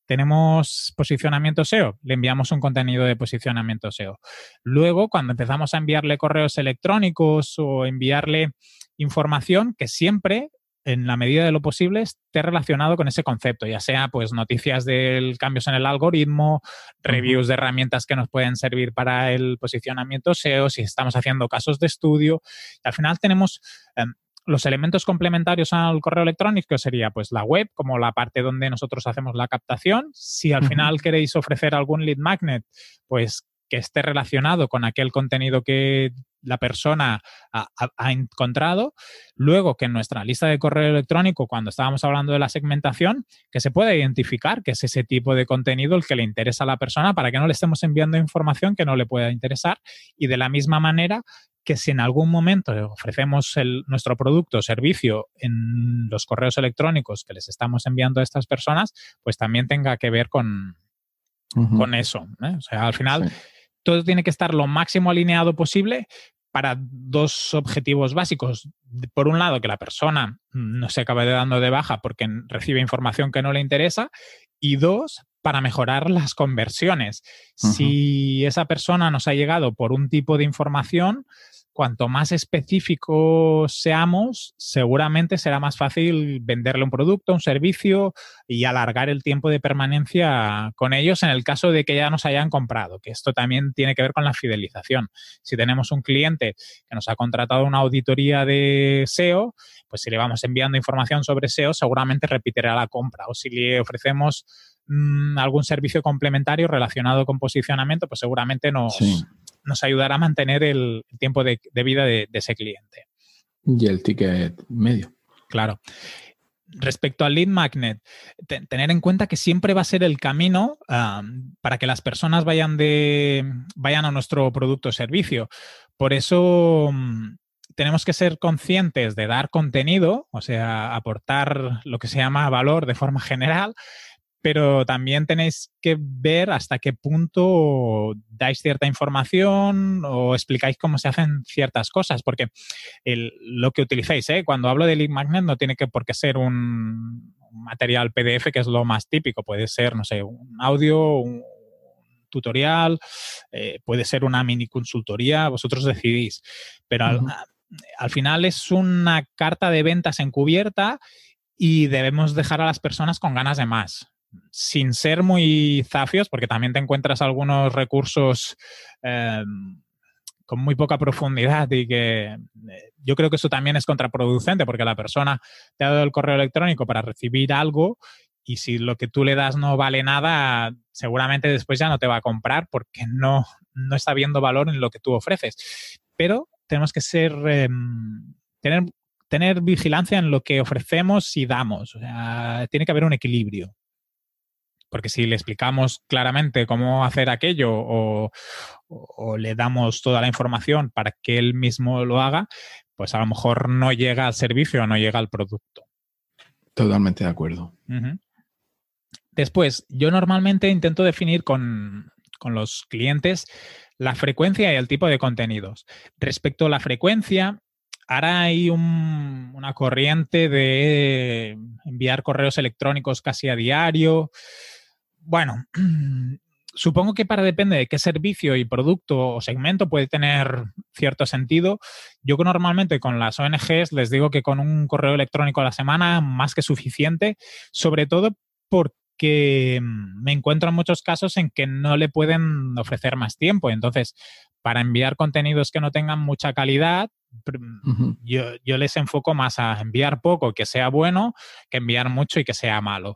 [SPEAKER 1] Tenemos posicionamiento S E O, le enviamos un contenido de posicionamiento S E O. Luego, cuando empezamos a enviarle correos electrónicos o enviarle información, que siempre, en la medida de lo posible, esté relacionado con ese concepto, ya sea pues noticias de cambios en el algoritmo, reviews uh-huh. de herramientas que nos pueden servir para el posicionamiento S E O, si estamos haciendo casos de estudio. Y al final tenemos eh, los elementos complementarios al correo electrónico, sería pues la web, como la parte donde nosotros hacemos la captación. Si al uh-huh. final queréis ofrecer algún lead magnet, pues que esté relacionado con aquel contenido que la persona ha, ha, ha encontrado. Luego, que en nuestra lista de correo electrónico, cuando estábamos hablando de la segmentación, que se pueda identificar que es ese tipo de contenido el que le interesa a la persona para que no le estemos enviando información que no le pueda interesar. Y de la misma manera que si en algún momento ofrecemos el, nuestro producto o servicio en los correos electrónicos que les estamos enviando a estas personas, pues también tenga que ver con, uh-huh. con eso, ¿eh? O sea, al final... Sí. Todo tiene que estar lo máximo alineado posible para dos objetivos básicos. Por un lado, que la persona no se acabe dando de baja porque recibe información que no le interesa. Y dos, para mejorar las conversiones. Uh-huh. Si esa persona nos ha llegado por un tipo de información, cuanto más específicos seamos, seguramente será más fácil venderle un producto, un servicio y alargar el tiempo de permanencia con ellos en el caso de que ya nos hayan comprado, que esto también tiene que ver con la fidelización. Si tenemos un cliente que nos ha contratado una auditoría de S E O, pues si le vamos enviando información sobre S E O, seguramente repetirá la compra. O si le ofrecemos mmm, algún servicio complementario relacionado con posicionamiento, pues seguramente nos, sí. nos ayudará a mantener el tiempo de, de vida de, de ese cliente.
[SPEAKER 2] Y el ticket medio.
[SPEAKER 1] Claro. Respecto al lead magnet, te, tener en cuenta que siempre va a ser el camino um, para que las personas vayan, de, vayan a nuestro producto o servicio. Por eso um, tenemos que ser conscientes de dar contenido, o sea, aportar lo que se llama valor de forma general, pero también tenéis que ver hasta qué punto dais cierta información o explicáis cómo se hacen ciertas cosas, porque el, lo que utilicéis, ¿eh? Cuando hablo de lead magnet no tiene que por qué ser un material P D F, que es lo más típico, puede ser, no sé, un audio, un tutorial, eh, puede ser una mini consultoría, vosotros decidís, pero uh-huh. al, al final es una carta de ventas encubierta y debemos dejar a las personas con ganas de más. Sin ser muy zafios, porque también te encuentras algunos recursos eh, con muy poca profundidad y que eh, yo creo que eso también es contraproducente porque la persona te ha dado el correo electrónico para recibir algo y si lo que tú le das no vale nada, seguramente después ya no te va a comprar porque no, no está viendo valor en lo que tú ofreces. Pero tenemos que ser, eh, tener, tener vigilancia en lo que ofrecemos y damos. O sea, tiene que haber un equilibrio. Porque si le explicamos claramente cómo hacer aquello o, o, o le damos toda la información para que él mismo lo haga, pues a lo mejor no llega al servicio o no llega al producto.
[SPEAKER 2] Totalmente de acuerdo.
[SPEAKER 1] Uh-huh. Después, yo normalmente intento definir con, con los clientes la frecuencia y el tipo de contenidos. Respecto a la frecuencia, ahora hay un, una corriente de enviar correos electrónicos casi a diario. Bueno, supongo que para depende de qué servicio y producto o segmento puede tener cierto sentido. Yo que normalmente con las O N Ges les digo que con un correo electrónico a la semana más que suficiente, sobre todo porque me encuentro en muchos casos en que no le pueden ofrecer más tiempo. Entonces, para enviar contenidos que no tengan mucha calidad, uh-huh. yo, yo les enfoco más a enviar poco que sea bueno que enviar mucho y que sea malo.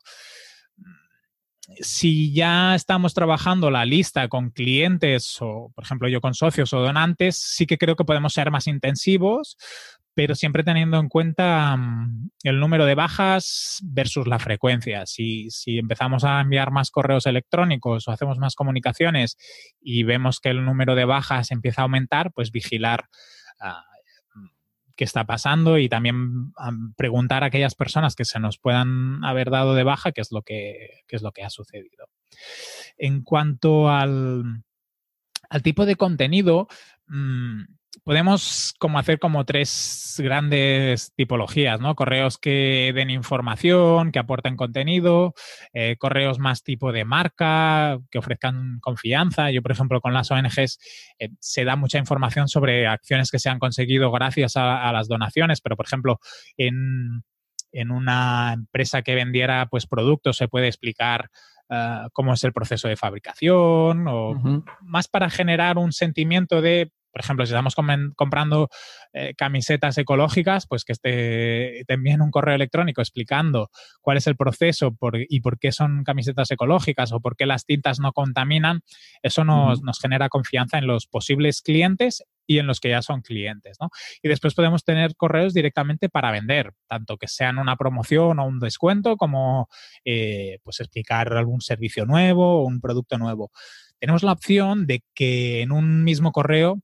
[SPEAKER 1] Si ya estamos trabajando la lista con clientes o, por ejemplo, yo con socios o donantes, sí que creo que podemos ser más intensivos, pero siempre teniendo en cuenta um, el número de bajas versus la frecuencia. Si, si empezamos a enviar más correos electrónicos o hacemos más comunicaciones y vemos que el número de bajas empieza a aumentar, pues vigilar uh, qué está pasando y también um, preguntar a aquellas personas que se nos puedan haber dado de baja qué es lo que, qué es lo que ha sucedido. En cuanto al, al tipo de contenido, mmm, podemos como hacer como tres grandes tipologías, ¿no? Correos que den información, que aporten contenido, eh, correos más tipo de marca, que ofrezcan confianza. Yo, por ejemplo, con las O N Ges eh, se da mucha información sobre acciones que se han conseguido gracias a, a las donaciones, pero, por ejemplo, en, en una empresa que vendiera pues, productos se puede explicar uh, cómo es el proceso de fabricación o uh-huh. más para generar un sentimiento de... Por ejemplo, si estamos com- comprando eh, camisetas ecológicas, pues que te, te envíen un correo electrónico explicando cuál es el proceso por, y por qué son camisetas ecológicas o por qué las tintas no contaminan. Eso nos, uh-huh. nos genera confianza en los posibles clientes y en los que ya son clientes, ¿no? Y después podemos tener correos directamente para vender, tanto que sean una promoción o un descuento, como eh, pues explicar algún servicio nuevo o un producto nuevo. Tenemos la opción de que en un mismo correo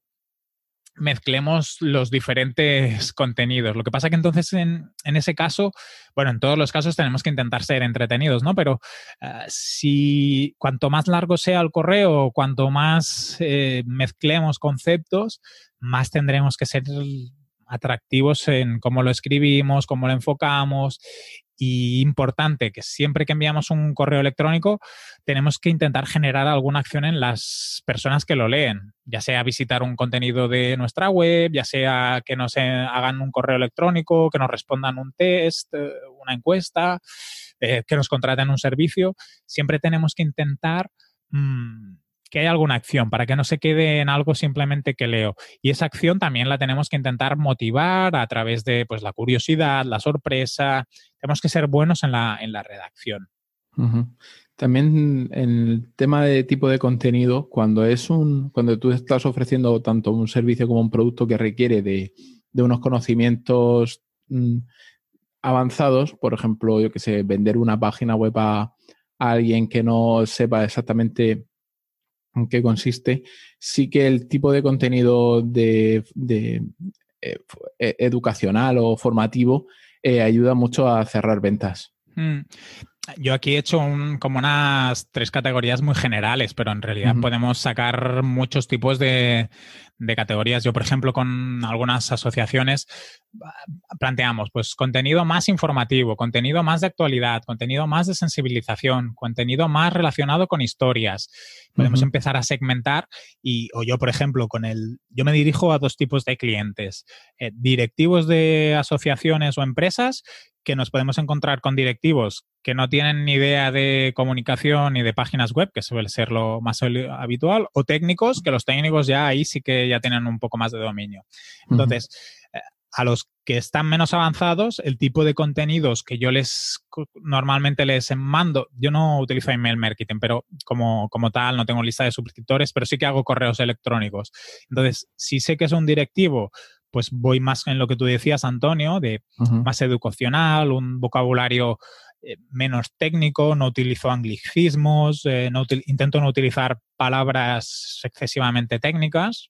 [SPEAKER 1] mezclemos los diferentes contenidos. Lo que pasa que entonces en, en ese caso, bueno, en todos los casos tenemos que intentar ser entretenidos, ¿no? Pero uh, si cuanto más largo sea el correo, cuanto más eh, mezclemos conceptos, más tendremos que ser atractivos en cómo lo escribimos, cómo lo enfocamos. Y importante que siempre que enviamos un correo electrónico tenemos que intentar generar alguna acción en las personas que lo leen, ya sea visitar un contenido de nuestra web, ya sea que nos hagan un correo electrónico, que nos respondan un test, una encuesta, eh, que nos contraten un servicio. Siempre tenemos que intentar mmm, que haya alguna acción para que no se quede en algo simplemente que leo. Y esa acción también la tenemos que intentar motivar a través de pues, la curiosidad, la sorpresa. Tenemos que ser buenos en la, en la redacción.
[SPEAKER 2] Uh-huh. También en el tema de tipo de contenido, cuando es un, cuando tú estás ofreciendo tanto un servicio como un producto que requiere de, de unos conocimientos mmm, avanzados, por ejemplo, yo que sé, vender una página web a, a alguien que no sepa exactamente en qué consiste, sí que el tipo de contenido de, de eh, educacional o formativo eh, ayuda mucho a cerrar ventas.
[SPEAKER 1] Mm. Yo aquí he hecho un, como unas tres categorías muy generales, pero en realidad uh-huh. podemos sacar muchos tipos de, de categorías. Yo, por ejemplo, con algunas asociaciones planteamos pues contenido más informativo, contenido más de actualidad, contenido más de sensibilización, contenido más relacionado con historias. Podemos uh-huh. empezar a segmentar y, o yo, por ejemplo, con el, yo me dirijo a dos tipos de clientes, eh, directivos de asociaciones o empresas, que nos podemos encontrar con directivos que no tienen ni idea de comunicación ni de páginas web, que suele ser lo más habitual, o técnicos, que los técnicos ya ahí sí que ya tienen un poco más de dominio. Entonces, uh-huh. eh, a los que están menos avanzados, el tipo de contenidos que yo les normalmente les mando, yo no utilizo email marketing, pero como, como tal no tengo lista de suscriptores, pero sí que hago correos electrónicos. Entonces, si sé que es un directivo, pues voy más en lo que tú decías, Antonio, de uh-huh. más educacional, un vocabulario eh, menos técnico, no utilizo anglicismos, eh, no util- intento no utilizar palabras excesivamente técnicas.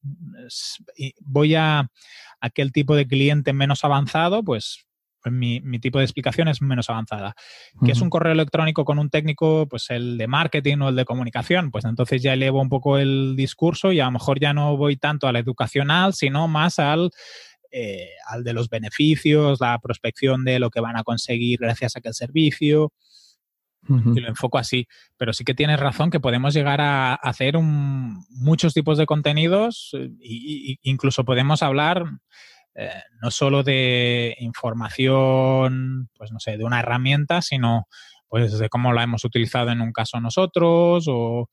[SPEAKER 1] Y voy a aquel tipo de cliente menos avanzado, pues mi, mi tipo de explicación es menos avanzada. Uh-huh. ¿Qué es un correo electrónico con un técnico? Pues el de marketing o el de comunicación. Pues entonces ya elevo un poco el discurso y a lo mejor ya no voy tanto al educacional, sino más al, eh, al de los beneficios, la prospección de lo que van a conseguir gracias a aquel servicio. Uh-huh. Y lo enfoco así. Pero sí que tienes razón que podemos llegar a hacer un, muchos tipos de contenidos e incluso podemos hablar eh, no solo de información, pues no sé, de una herramienta, sino pues de cómo la hemos utilizado en un caso nosotros o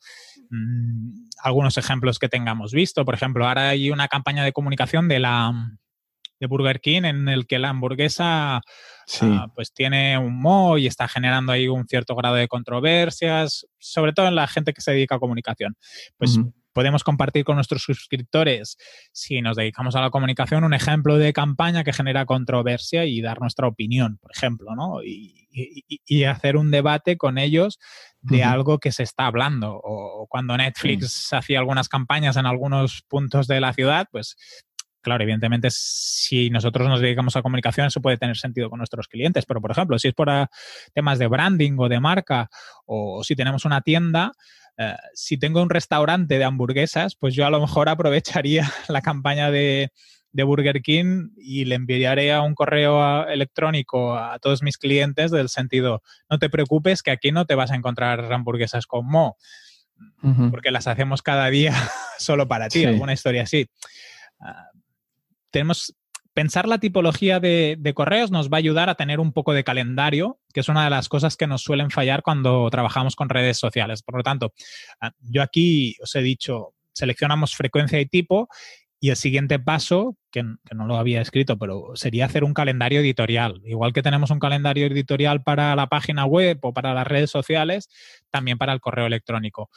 [SPEAKER 1] mmm, algunos ejemplos que tengamos visto. Por ejemplo, ahora hay una campaña de comunicación de la de Burger King en el que la hamburguesa sí. uh, pues tiene un moho y está generando ahí un cierto grado de controversias, sobre todo en la gente que se dedica a comunicación. Pues uh-huh. podemos compartir con nuestros suscriptores, si nos dedicamos a la comunicación, un ejemplo de campaña que genera controversia y dar nuestra opinión, por ejemplo, ¿no? Y, y, y hacer un debate con ellos de uh-huh. algo que se está hablando. O cuando Netflix sí. hacía algunas campañas en algunos puntos de la ciudad, pues claro, evidentemente, si nosotros nos dedicamos a comunicación, eso puede tener sentido con nuestros clientes. Pero, por ejemplo, si es por a, temas de branding o de marca, o, o si tenemos una tienda, eh, si tengo un restaurante de hamburguesas, pues yo a lo mejor aprovecharía la campaña de, de Burger King y le enviaré a un correo a, electrónico a todos mis clientes del sentido, no te preocupes que aquí no te vas a encontrar hamburguesas con moho, uh-huh. porque las hacemos cada día solo para ti, sí. alguna historia así. Uh, tenemos pensar la tipología de, de correos nos va a ayudar a tener un poco de calendario, que es una de las cosas que nos suelen fallar cuando trabajamos con redes sociales. Por lo tanto, yo aquí os he dicho, seleccionamos frecuencia y tipo y el siguiente paso, que, que no lo había escrito, pero sería hacer un calendario editorial. Igual que tenemos un calendario editorial para la página web o para las redes sociales, también para el correo electrónico.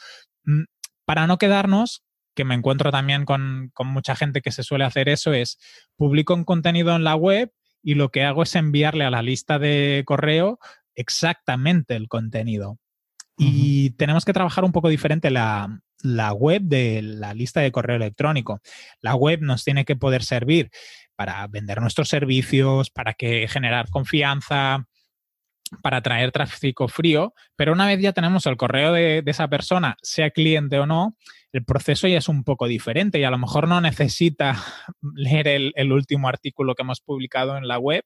[SPEAKER 1] Para no quedarnos, que me encuentro también con, con mucha gente que se suele hacer eso, es publico un contenido en la web y lo que hago es enviarle a la lista de correo exactamente el contenido. Uh-huh. Y tenemos que trabajar un poco diferente la, la web de la lista de correo electrónico. La web nos tiene que poder servir para vender nuestros servicios, para que generar confianza, para atraer tráfico frío, pero una vez ya tenemos el correo de, de esa persona, sea cliente o no, el proceso ya es un poco diferente y a lo mejor no necesita leer el, el último artículo que hemos publicado en la web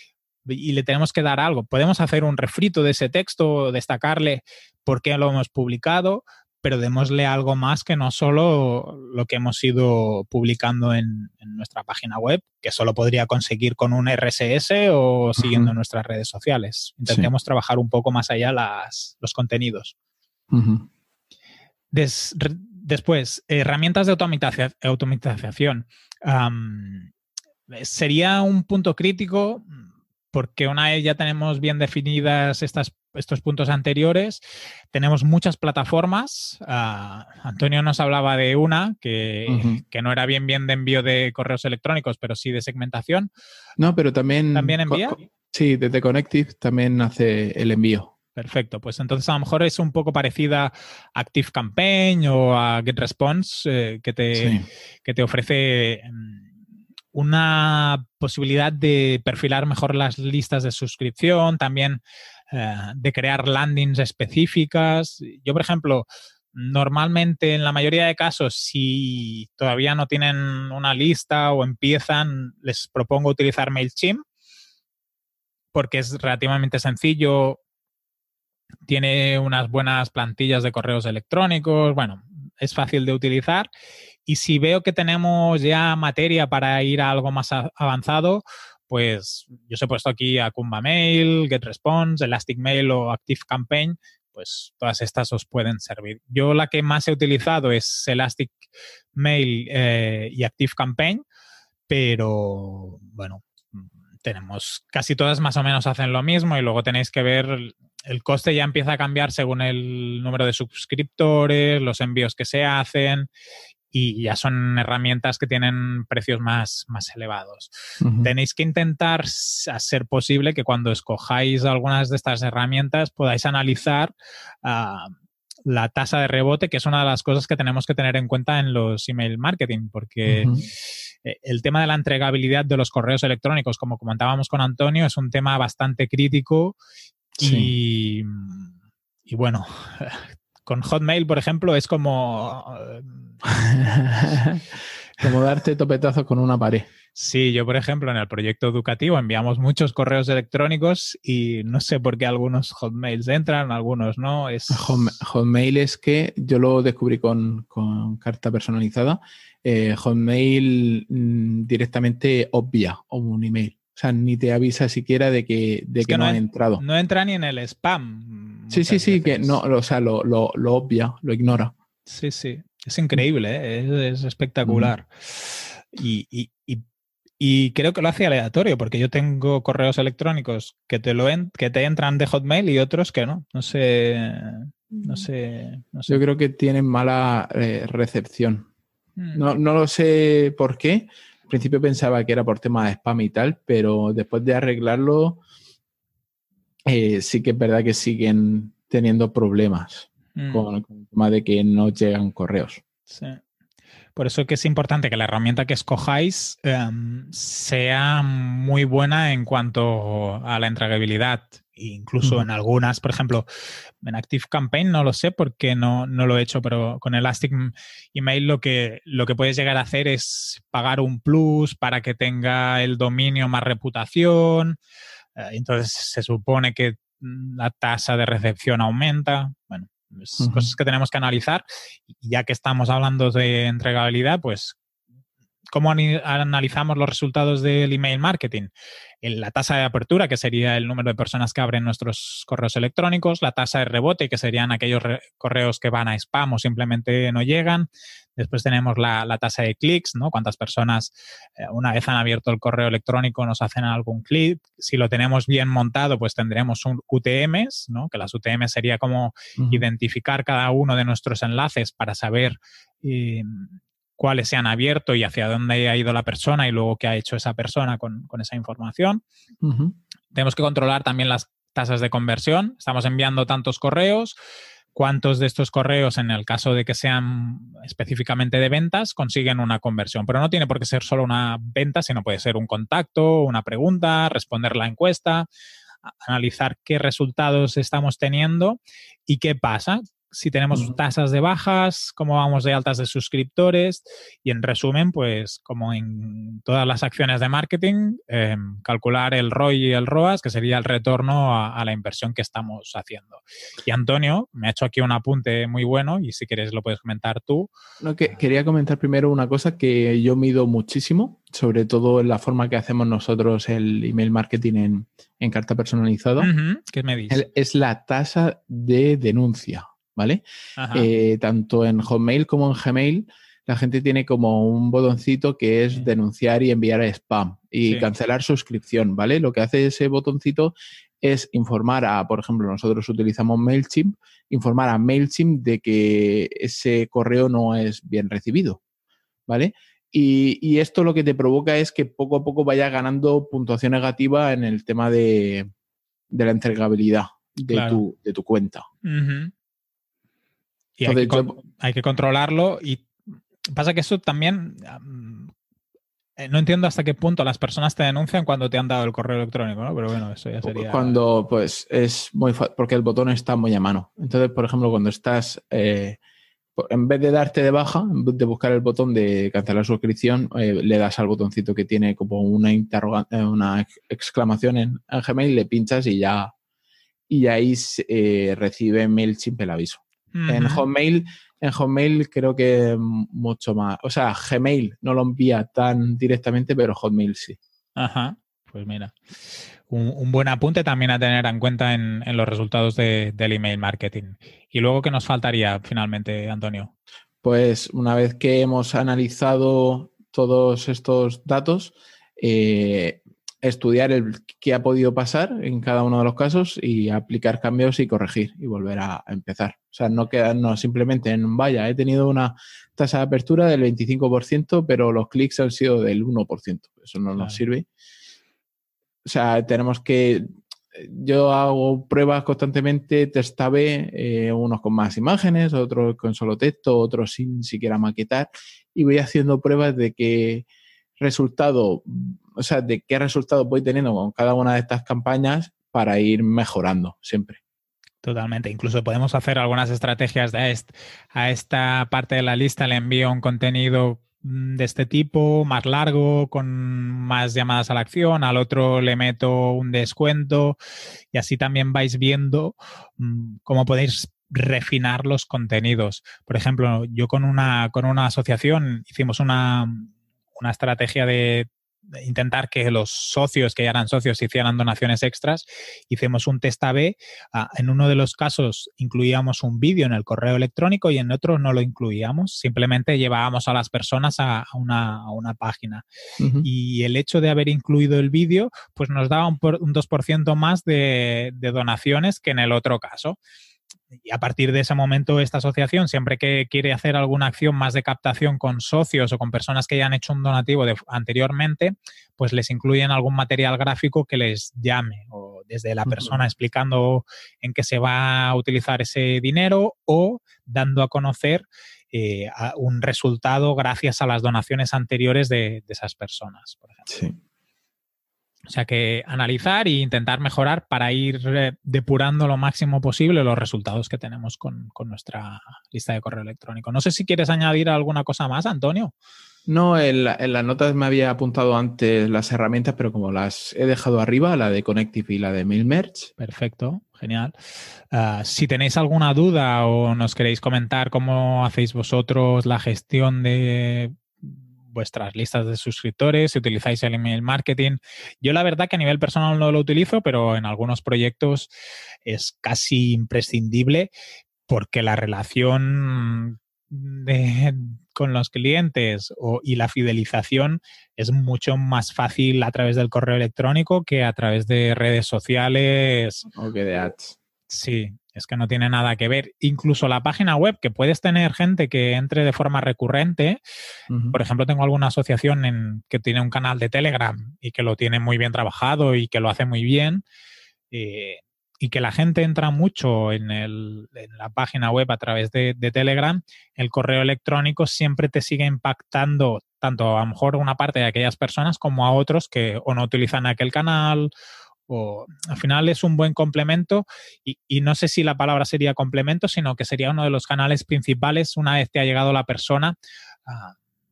[SPEAKER 1] y le tenemos que dar algo. Podemos hacer un refrito de ese texto, destacarle por qué lo hemos publicado, pero démosle algo más que no solo lo que hemos ido publicando en, en nuestra página web, que solo podría conseguir con un R S S o siguiendo uh-huh. nuestras redes sociales. Intentemos sí. trabajar un poco más allá las, los contenidos. Uh-huh. Des, re, después, herramientas de automatización. automatización. Um, sería un punto crítico porque una vez ya tenemos bien definidas estas, estos puntos anteriores, tenemos muchas plataformas. Uh, Antonio nos hablaba de una que, uh-huh. que no era bien bien de envío de correos electrónicos, pero sí de segmentación.
[SPEAKER 2] No, pero también...
[SPEAKER 1] ¿También envía?
[SPEAKER 2] Co- sí, desde Connective también hace el envío.
[SPEAKER 1] Perfecto, pues entonces a lo mejor es un poco parecida a ActiveCampaign o a GetResponse, eh, que, te, sí. que te ofrece una posibilidad de perfilar mejor las listas de suscripción, también eh, de crear landings específicas. Yo, por ejemplo, normalmente en la mayoría de casos, si todavía no tienen una lista o empiezan, les propongo utilizar MailChimp porque es relativamente sencillo. Tiene unas buenas plantillas de correos electrónicos, bueno, es fácil de utilizar. Y si veo que tenemos ya materia para ir a algo más avanzado, pues yo os he puesto aquí a Kumba Mail, GetResponse, Elastic Mail o ActiveCampaign, pues todas estas os pueden servir. Yo la que más he utilizado es Elastic Mail eh, y ActiveCampaign, pero bueno, tenemos casi todas más o menos hacen lo mismo y luego tenéis que ver... El coste ya empieza a cambiar según el número de suscriptores, los envíos que se hacen y ya son herramientas que tienen precios más, más elevados. Uh-huh. Tenéis que intentar, a ser posible, que cuando escojáis algunas de estas herramientas podáis analizar uh, la tasa de rebote, que es una de las cosas que tenemos que tener en cuenta en los email marketing, porque uh-huh. el tema de la entregabilidad de los correos electrónicos, como comentábamos con Antonio, es un tema bastante crítico. Sí. Y, y bueno, con Hotmail, por ejemplo, es como...
[SPEAKER 2] como darte topetazos con una pared.
[SPEAKER 1] Sí, yo, por ejemplo, en el proyecto educativo enviamos muchos correos electrónicos y no sé por qué algunos Hotmails entran, algunos no. Es...
[SPEAKER 2] Hotmail es que yo lo descubrí con, con carta personalizada. Eh, Hotmail mmm, directamente obvia un email. O sea, ni te avisa siquiera de que, de que, que no, no ha entrado.
[SPEAKER 1] No entra ni en el spam.
[SPEAKER 2] Sí, sí, sí, veces. que no, o sea, lo, lo, lo obvia, lo ignora.
[SPEAKER 1] Sí, sí. Es increíble, ¿eh? es, es espectacular. Mm. Y, y, y, y creo que lo hace aleatorio, porque yo tengo correos electrónicos que te, lo en, que te entran de Hotmail y otros que no. No sé. No sé. No sé.
[SPEAKER 2] Yo creo que tienen mala eh, recepción. Mm. No, no lo sé por qué. Al principio pensaba que era por tema de spam y tal, pero después de arreglarlo, eh, sí que es verdad que siguen teniendo problemas mm. con, con el tema de que no llegan correos.
[SPEAKER 1] Sí. Por eso que es importante que la herramienta que escojáis eh, sea muy buena en cuanto a la entregabilidad. Incluso uh-huh. en algunas, por ejemplo, en ActiveCampaign no lo sé porque no, no lo he hecho, pero con Elastic Email lo que, lo que puedes llegar a hacer es pagar un plus para que tenga el dominio más reputación. Eh, entonces se supone que la tasa de recepción aumenta. Bueno, es uh-huh. cosas que tenemos que analizar. Y ya que estamos hablando de entregabilidad, pues ¿cómo analizamos los resultados del email marketing? La tasa de apertura, que sería el número de personas que abren nuestros correos electrónicos, la tasa de rebote, que serían aquellos correos que van a spam o simplemente no llegan. Después tenemos la, la tasa de clics, ¿no? Cuántas personas eh, una vez han abierto el correo electrónico nos hacen algún clic. Si lo tenemos bien montado, pues tendremos un U T Ms, ¿no? Que las U T Ms sería como uh-huh. identificar cada uno de nuestros enlaces para saber eh, cuáles se han abierto y hacia dónde ha ido la persona y luego qué ha hecho esa persona con, con esa información. Uh-huh. Tenemos que controlar también las tasas de conversión. Estamos enviando tantos correos. ¿Cuántos de estos correos, en el caso de que sean específicamente de ventas, consiguen una conversión? Pero no tiene por qué ser solo una venta, sino puede ser un contacto, una pregunta, responder la encuesta, analizar qué resultados estamos teniendo y qué pasa. Si tenemos uh-huh. tasas de bajas, cómo vamos de altas de suscriptores y, en resumen, pues como en todas las acciones de marketing, eh, calcular el R O I y el R O A S, que sería el retorno a, a la inversión que estamos haciendo. Y Antonio me ha hecho aquí un apunte muy bueno y si quieres lo puedes comentar tú.
[SPEAKER 2] No, que, quería comentar primero una cosa que yo mido muchísimo, sobre todo en la forma que hacemos nosotros el email marketing en, en carta personalizada.
[SPEAKER 1] Uh-huh. ¿Qué me dices?
[SPEAKER 2] Es la tasa de denuncia. ¿Vale? Eh, tanto en Hotmail como en Gmail la gente tiene como un botoncito que es sí. denunciar y enviar spam y sí. cancelar suscripción, ¿vale? Lo que hace ese botoncito es informar a, por ejemplo, nosotros utilizamos MailChimp, informar a MailChimp de que ese correo no es bien recibido, ¿vale? Y, y esto lo que te provoca es que poco a poco vayas ganando puntuación negativa en el tema de, de la entregabilidad de, claro. tu, de tu cuenta.
[SPEAKER 1] Uh-huh. Y Entonces, hay, que, yo... hay que controlarlo y pasa que eso también... Um, no entiendo hasta qué punto las personas te denuncian cuando te han dado el correo electrónico, ¿no? Pero bueno, eso ya sería...
[SPEAKER 2] Cuando, pues, es muy fácil, porque el botón está muy a mano. Entonces, por ejemplo, cuando estás... Eh, en vez de darte de baja, en vez de buscar el botón de cancelar suscripción, eh, le das al botoncito que tiene como una interrogante, una exclamación en, en Gmail, le pinchas y ya y ahí eh, recibe MailChimp el aviso. Uh-huh. En Hotmail, en Hotmail creo que mucho más. O sea, Gmail no lo envía tan directamente, pero Hotmail sí.
[SPEAKER 1] Ajá, pues mira. Un, un buen apunte también a tener en cuenta en, en los resultados de, del email marketing. Y luego, ¿qué nos faltaría finalmente, Antonio?
[SPEAKER 2] Pues una vez que hemos analizado todos estos datos, eh, estudiar el qué ha podido pasar en cada uno de los casos y aplicar cambios y corregir y volver a, a empezar. O sea, no quedarnos simplemente en, vaya, he tenido una tasa de apertura del veinticinco por ciento, pero los clics han sido del uno por ciento. Eso no claro. nos sirve. O sea, tenemos que... Yo hago pruebas constantemente, test A B, eh, unos con más imágenes, otros con solo texto, otros sin siquiera maquetar, y voy haciendo pruebas de qué resultado, o sea, de qué resultado voy teniendo con cada una de estas campañas para ir mejorando siempre.
[SPEAKER 1] Totalmente. Incluso podemos hacer algunas estrategias de est- a esta parte de la lista le envío un contenido de este tipo, más largo, con más llamadas a la acción, al otro le meto un descuento y así también vais viendo mmm, cómo podéis refinar los contenidos. Por ejemplo, yo con una, con una asociación hicimos una, una estrategia de intentar que los socios que ya eran socios hicieran donaciones extras. Hicimos un test A B. Uh, en uno de los casos incluíamos un vídeo en el correo electrónico y en otros no lo incluíamos. Simplemente llevábamos a las personas a, a, una, a una página. Uh-huh. Y el hecho de haber incluido el vídeo pues nos daba un, por, un dos por ciento más de, de donaciones que en el otro caso. Y a partir de ese momento, esta asociación, siempre que quiere hacer alguna acción más de captación con socios o con personas que ya han hecho un donativo de, anteriormente, pues les incluyen algún material gráfico que les llame, o desde la persona uh-huh. explicando en qué se va a utilizar ese dinero o dando a conocer eh, a un resultado gracias a las donaciones anteriores de, de esas personas, por ejemplo.
[SPEAKER 2] Sí.
[SPEAKER 1] O sea que analizar e intentar mejorar para ir eh, depurando lo máximo posible los resultados que tenemos con, con nuestra lista de correo electrónico. No sé si quieres añadir alguna cosa más, Antonio.
[SPEAKER 2] No, en, la, en las notas me había apuntado antes las herramientas, pero como las he dejado arriba, la de Connective y la de MailMerge.
[SPEAKER 1] Perfecto, genial. Uh, si tenéis alguna duda o nos queréis comentar cómo hacéis vosotros la gestión de vuestras listas de suscriptores, si utilizáis el email marketing. Yo la verdad que a nivel personal no lo utilizo, pero en algunos proyectos es casi imprescindible porque la relación de, con los clientes o, y la fidelización es mucho más fácil a través del correo electrónico que a través de redes sociales.
[SPEAKER 2] O que de ads.
[SPEAKER 1] Sí. Es que no tiene nada que ver. Incluso la página web, que puedes tener gente que entre de forma recurrente. Uh-huh. Por ejemplo, tengo alguna asociación en, que tiene un canal de Telegram y que lo tiene muy bien trabajado y que lo hace muy bien. Eh, y que la gente entra mucho en, el, en la página web a través de, de Telegram. El correo electrónico siempre te sigue impactando tanto a lo mejor una parte de aquellas personas como a otros que o no utilizan aquel canal o al final es un buen complemento y, y no sé si la palabra sería complemento, sino que sería uno de los canales principales una vez te ha llegado la persona a,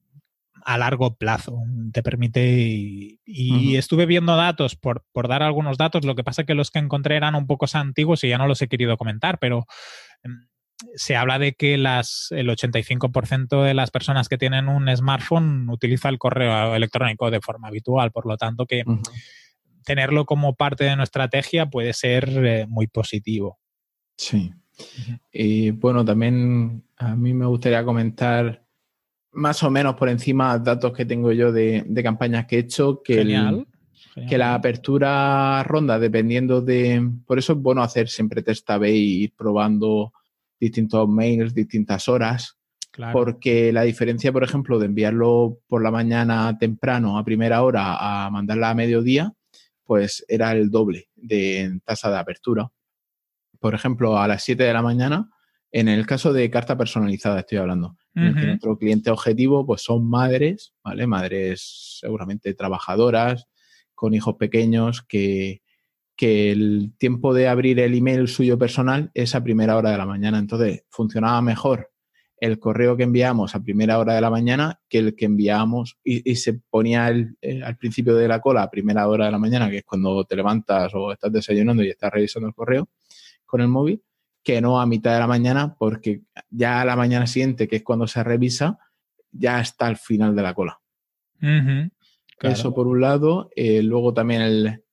[SPEAKER 1] a largo plazo. Te permite y, y uh-huh. estuve viendo datos por, por dar algunos datos, lo que pasa es que los que encontré eran un poco antiguos y ya no los he querido comentar, pero se habla de que las, el ochenta y cinco por ciento de las personas que tienen un smartphone utiliza el correo electrónico de forma habitual, por lo tanto que uh-huh. tenerlo como parte de nuestra estrategia puede ser eh, muy positivo.
[SPEAKER 2] Sí. Uh-huh. Y bueno, también a mí me gustaría comentar más o menos por encima datos que tengo yo de, de campañas que he hecho, que,
[SPEAKER 1] Genial.
[SPEAKER 2] el, Genial. que la apertura ronda, dependiendo de... Por eso es bueno hacer siempre test A B y ir probando distintos mails, distintas horas, claro. Porque la diferencia, por ejemplo, de enviarlo por la mañana temprano a primera hora a mandarla a mediodía, pues era el doble de tasa de apertura. Por ejemplo, a las siete de la mañana, en el caso de carta personalizada estoy hablando, uh-huh. en el que nuestro cliente objetivo pues son madres, ¿vale? Madres seguramente trabajadoras, con hijos pequeños, que, que el tiempo de abrir el email suyo personal es a primera hora de la mañana. Entonces, funcionaba mejor el correo que enviamos a primera hora de la mañana que el que enviamos y, y se ponía el, eh, al principio de la cola a primera hora de la mañana, que es cuando te levantas o estás desayunando y estás revisando el correo con el móvil, que no a mitad de la mañana, porque ya a la mañana siguiente, que es cuando se revisa, ya está al final de la cola.
[SPEAKER 1] Uh-huh. Claro.
[SPEAKER 2] Eso por un lado. Eh, luego también el,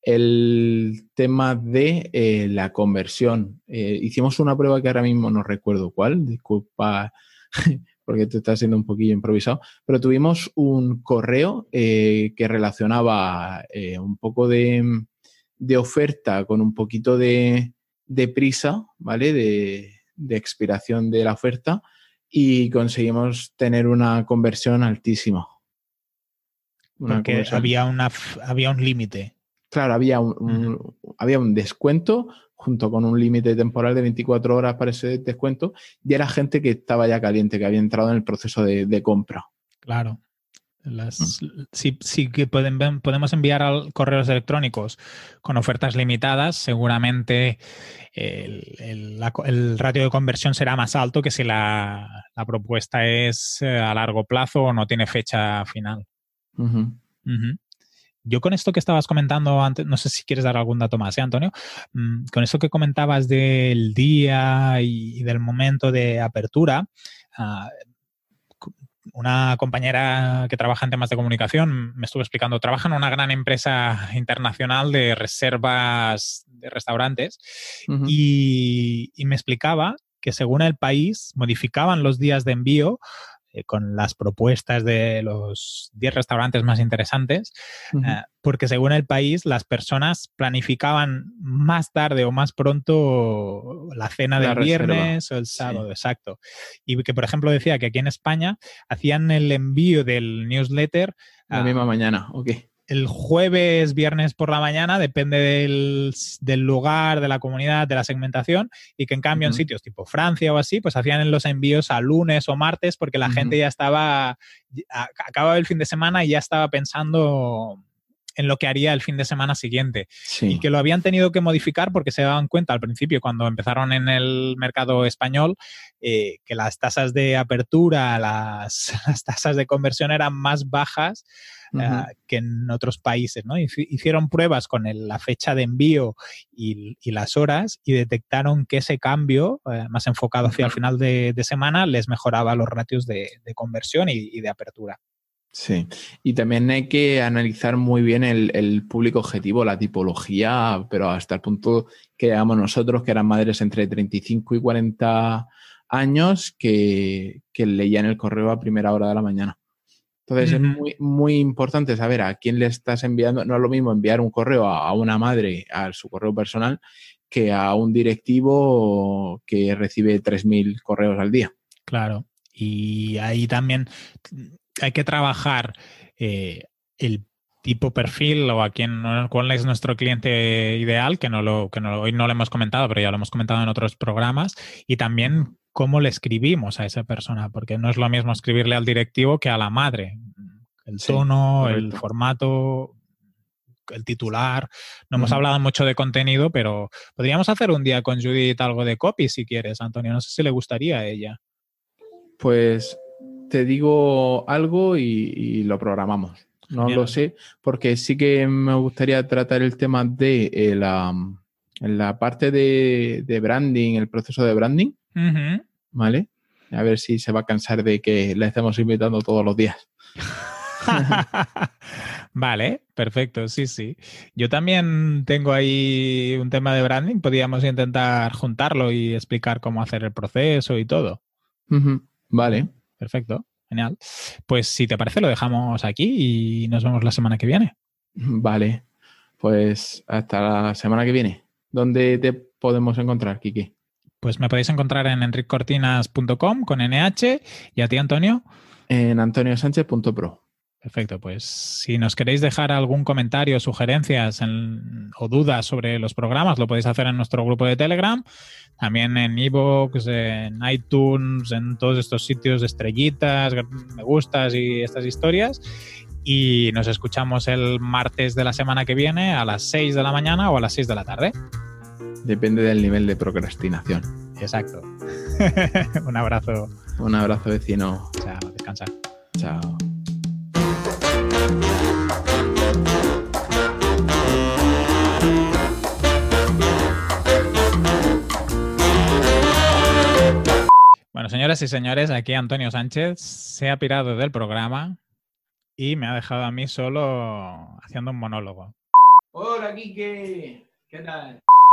[SPEAKER 2] el tema de eh, la conversión. Eh, hicimos una prueba que ahora mismo no recuerdo cuál, disculpa porque esto está siendo un poquillo improvisado, pero tuvimos un correo eh, que relacionaba eh, un poco de, de oferta con un poquito de de prisa, ¿vale? De, de expiración de la oferta y conseguimos tener una conversión altísima.
[SPEAKER 1] Una Porque conversión. había una había un límite.
[SPEAKER 2] Claro, había un, un, uh-huh. había un descuento junto con un límite temporal de veinticuatro horas para ese descuento y era gente que estaba ya caliente, que había entrado en el proceso de, de compra.
[SPEAKER 1] Claro. Las, mm. sí, sí que pueden, podemos enviar al correos electrónicos con ofertas limitadas. Seguramente el, el, la, el ratio de conversión será más alto que si la, la propuesta es a largo plazo o no tiene fecha final.
[SPEAKER 2] Uh-huh.
[SPEAKER 1] Uh-huh. Yo con esto que estabas comentando antes, no sé si quieres dar algún dato más, ¿eh, Antonio? Mm, con esto que comentabas del día y, y del momento de apertura, uh, una compañera que trabaja en temas de comunicación me estuvo explicando, trabaja en una gran empresa internacional de reservas de restaurantes uh-huh. y, y me explicaba que según el país modificaban los días de envío eh, con las propuestas de los diez restaurantes más interesantes, uh-huh. eh, porque según el país las personas planificaban más tarde o más pronto la cena la del reserva. Viernes o el sábado, sí. Exacto. Y que, por ejemplo, decía que aquí en España hacían el envío del newsletter
[SPEAKER 2] la uh, misma mañana, ok.
[SPEAKER 1] El jueves, viernes por la mañana, depende del, del lugar, de la comunidad, de la segmentación, y que en cambio uh-huh. en sitios tipo Francia o así, pues hacían los envíos a lunes o martes porque la uh-huh. gente ya estaba, acababa el fin de semana y ya estaba pensando en lo que haría el fin de semana siguiente.
[SPEAKER 2] Sí.
[SPEAKER 1] Y que lo habían tenido que modificar porque se daban cuenta al principio, cuando empezaron en el mercado español, eh, que las tasas de apertura, las, las tasas de conversión eran más bajas uh-huh. uh, que en otros países, ¿no? Hicieron pruebas con el, la fecha de envío y, y las horas y detectaron que ese cambio, eh, más enfocado hacia uh-huh. el final de, de semana, les mejoraba los ratios de, de conversión y, y de apertura.
[SPEAKER 2] Sí, y también hay que analizar muy bien el, el público objetivo, la tipología, pero hasta el punto que llegamos nosotros, que eran madres entre treinta y cinco y cuarenta años, que, que leían el correo a primera hora de la mañana. Entonces uh-huh. es muy, muy importante saber a quién le estás enviando. No es lo mismo enviar un correo a, a una madre, a su correo personal, que a un directivo que recibe tres mil correos al día.
[SPEAKER 1] Claro, y ahí también hay que trabajar eh, el tipo perfil o a quién, cuál es nuestro cliente ideal, que no lo que no, hoy no lo hemos comentado, pero ya lo hemos comentado en otros programas, y también cómo le escribimos a esa persona, porque no es lo mismo escribirle al directivo que a la madre. El tono, sí, el formato, el titular. No uh-huh. hemos hablado mucho de contenido, pero podríamos hacer un día con Judith algo de copy si quieres, Antonio. No sé si le gustaría a ella.
[SPEAKER 2] Pues te digo algo y, y lo programamos. No Bien. Lo sé, porque sí que me gustaría tratar el tema de eh, la, la parte de, de branding, el proceso de branding,
[SPEAKER 1] uh-huh.
[SPEAKER 2] ¿vale? A ver si se va a cansar de que la estemos invitando todos los días.
[SPEAKER 1] Vale, perfecto, sí, sí. Yo también tengo ahí un tema de branding. Podríamos intentar juntarlo y explicar cómo hacer el proceso y todo.
[SPEAKER 2] Uh-huh. Vale.
[SPEAKER 1] Perfecto. Genial. Pues si te parece, lo dejamos aquí y nos vemos la semana que viene.
[SPEAKER 2] Vale, pues hasta la semana que viene. ¿Dónde te podemos encontrar, Quique?
[SPEAKER 1] Pues me podéis encontrar en enric cortinas punto com con N H y a ti, Antonio.
[SPEAKER 2] En antonio sánchez punto pro.
[SPEAKER 1] Perfecto, pues si nos queréis dejar algún comentario, sugerencias en, o dudas sobre los programas, lo podéis hacer en nuestro grupo de Telegram, también en iVoox, en iTunes, en todos estos sitios de estrellitas, me gustas y estas historias. Y nos escuchamos el martes de la semana que viene a las seis de la mañana o a las seis de la tarde.
[SPEAKER 2] Depende del nivel de procrastinación.
[SPEAKER 1] Exacto. Un abrazo.
[SPEAKER 2] Un abrazo, vecino.
[SPEAKER 1] Chao, descansa.
[SPEAKER 2] Chao.
[SPEAKER 1] Bueno, señoras y señores, aquí Antonio Sánchez se ha pirado del programa y me ha dejado a mí solo haciendo un monólogo.
[SPEAKER 2] Hola, Quique. ¿Qué tal?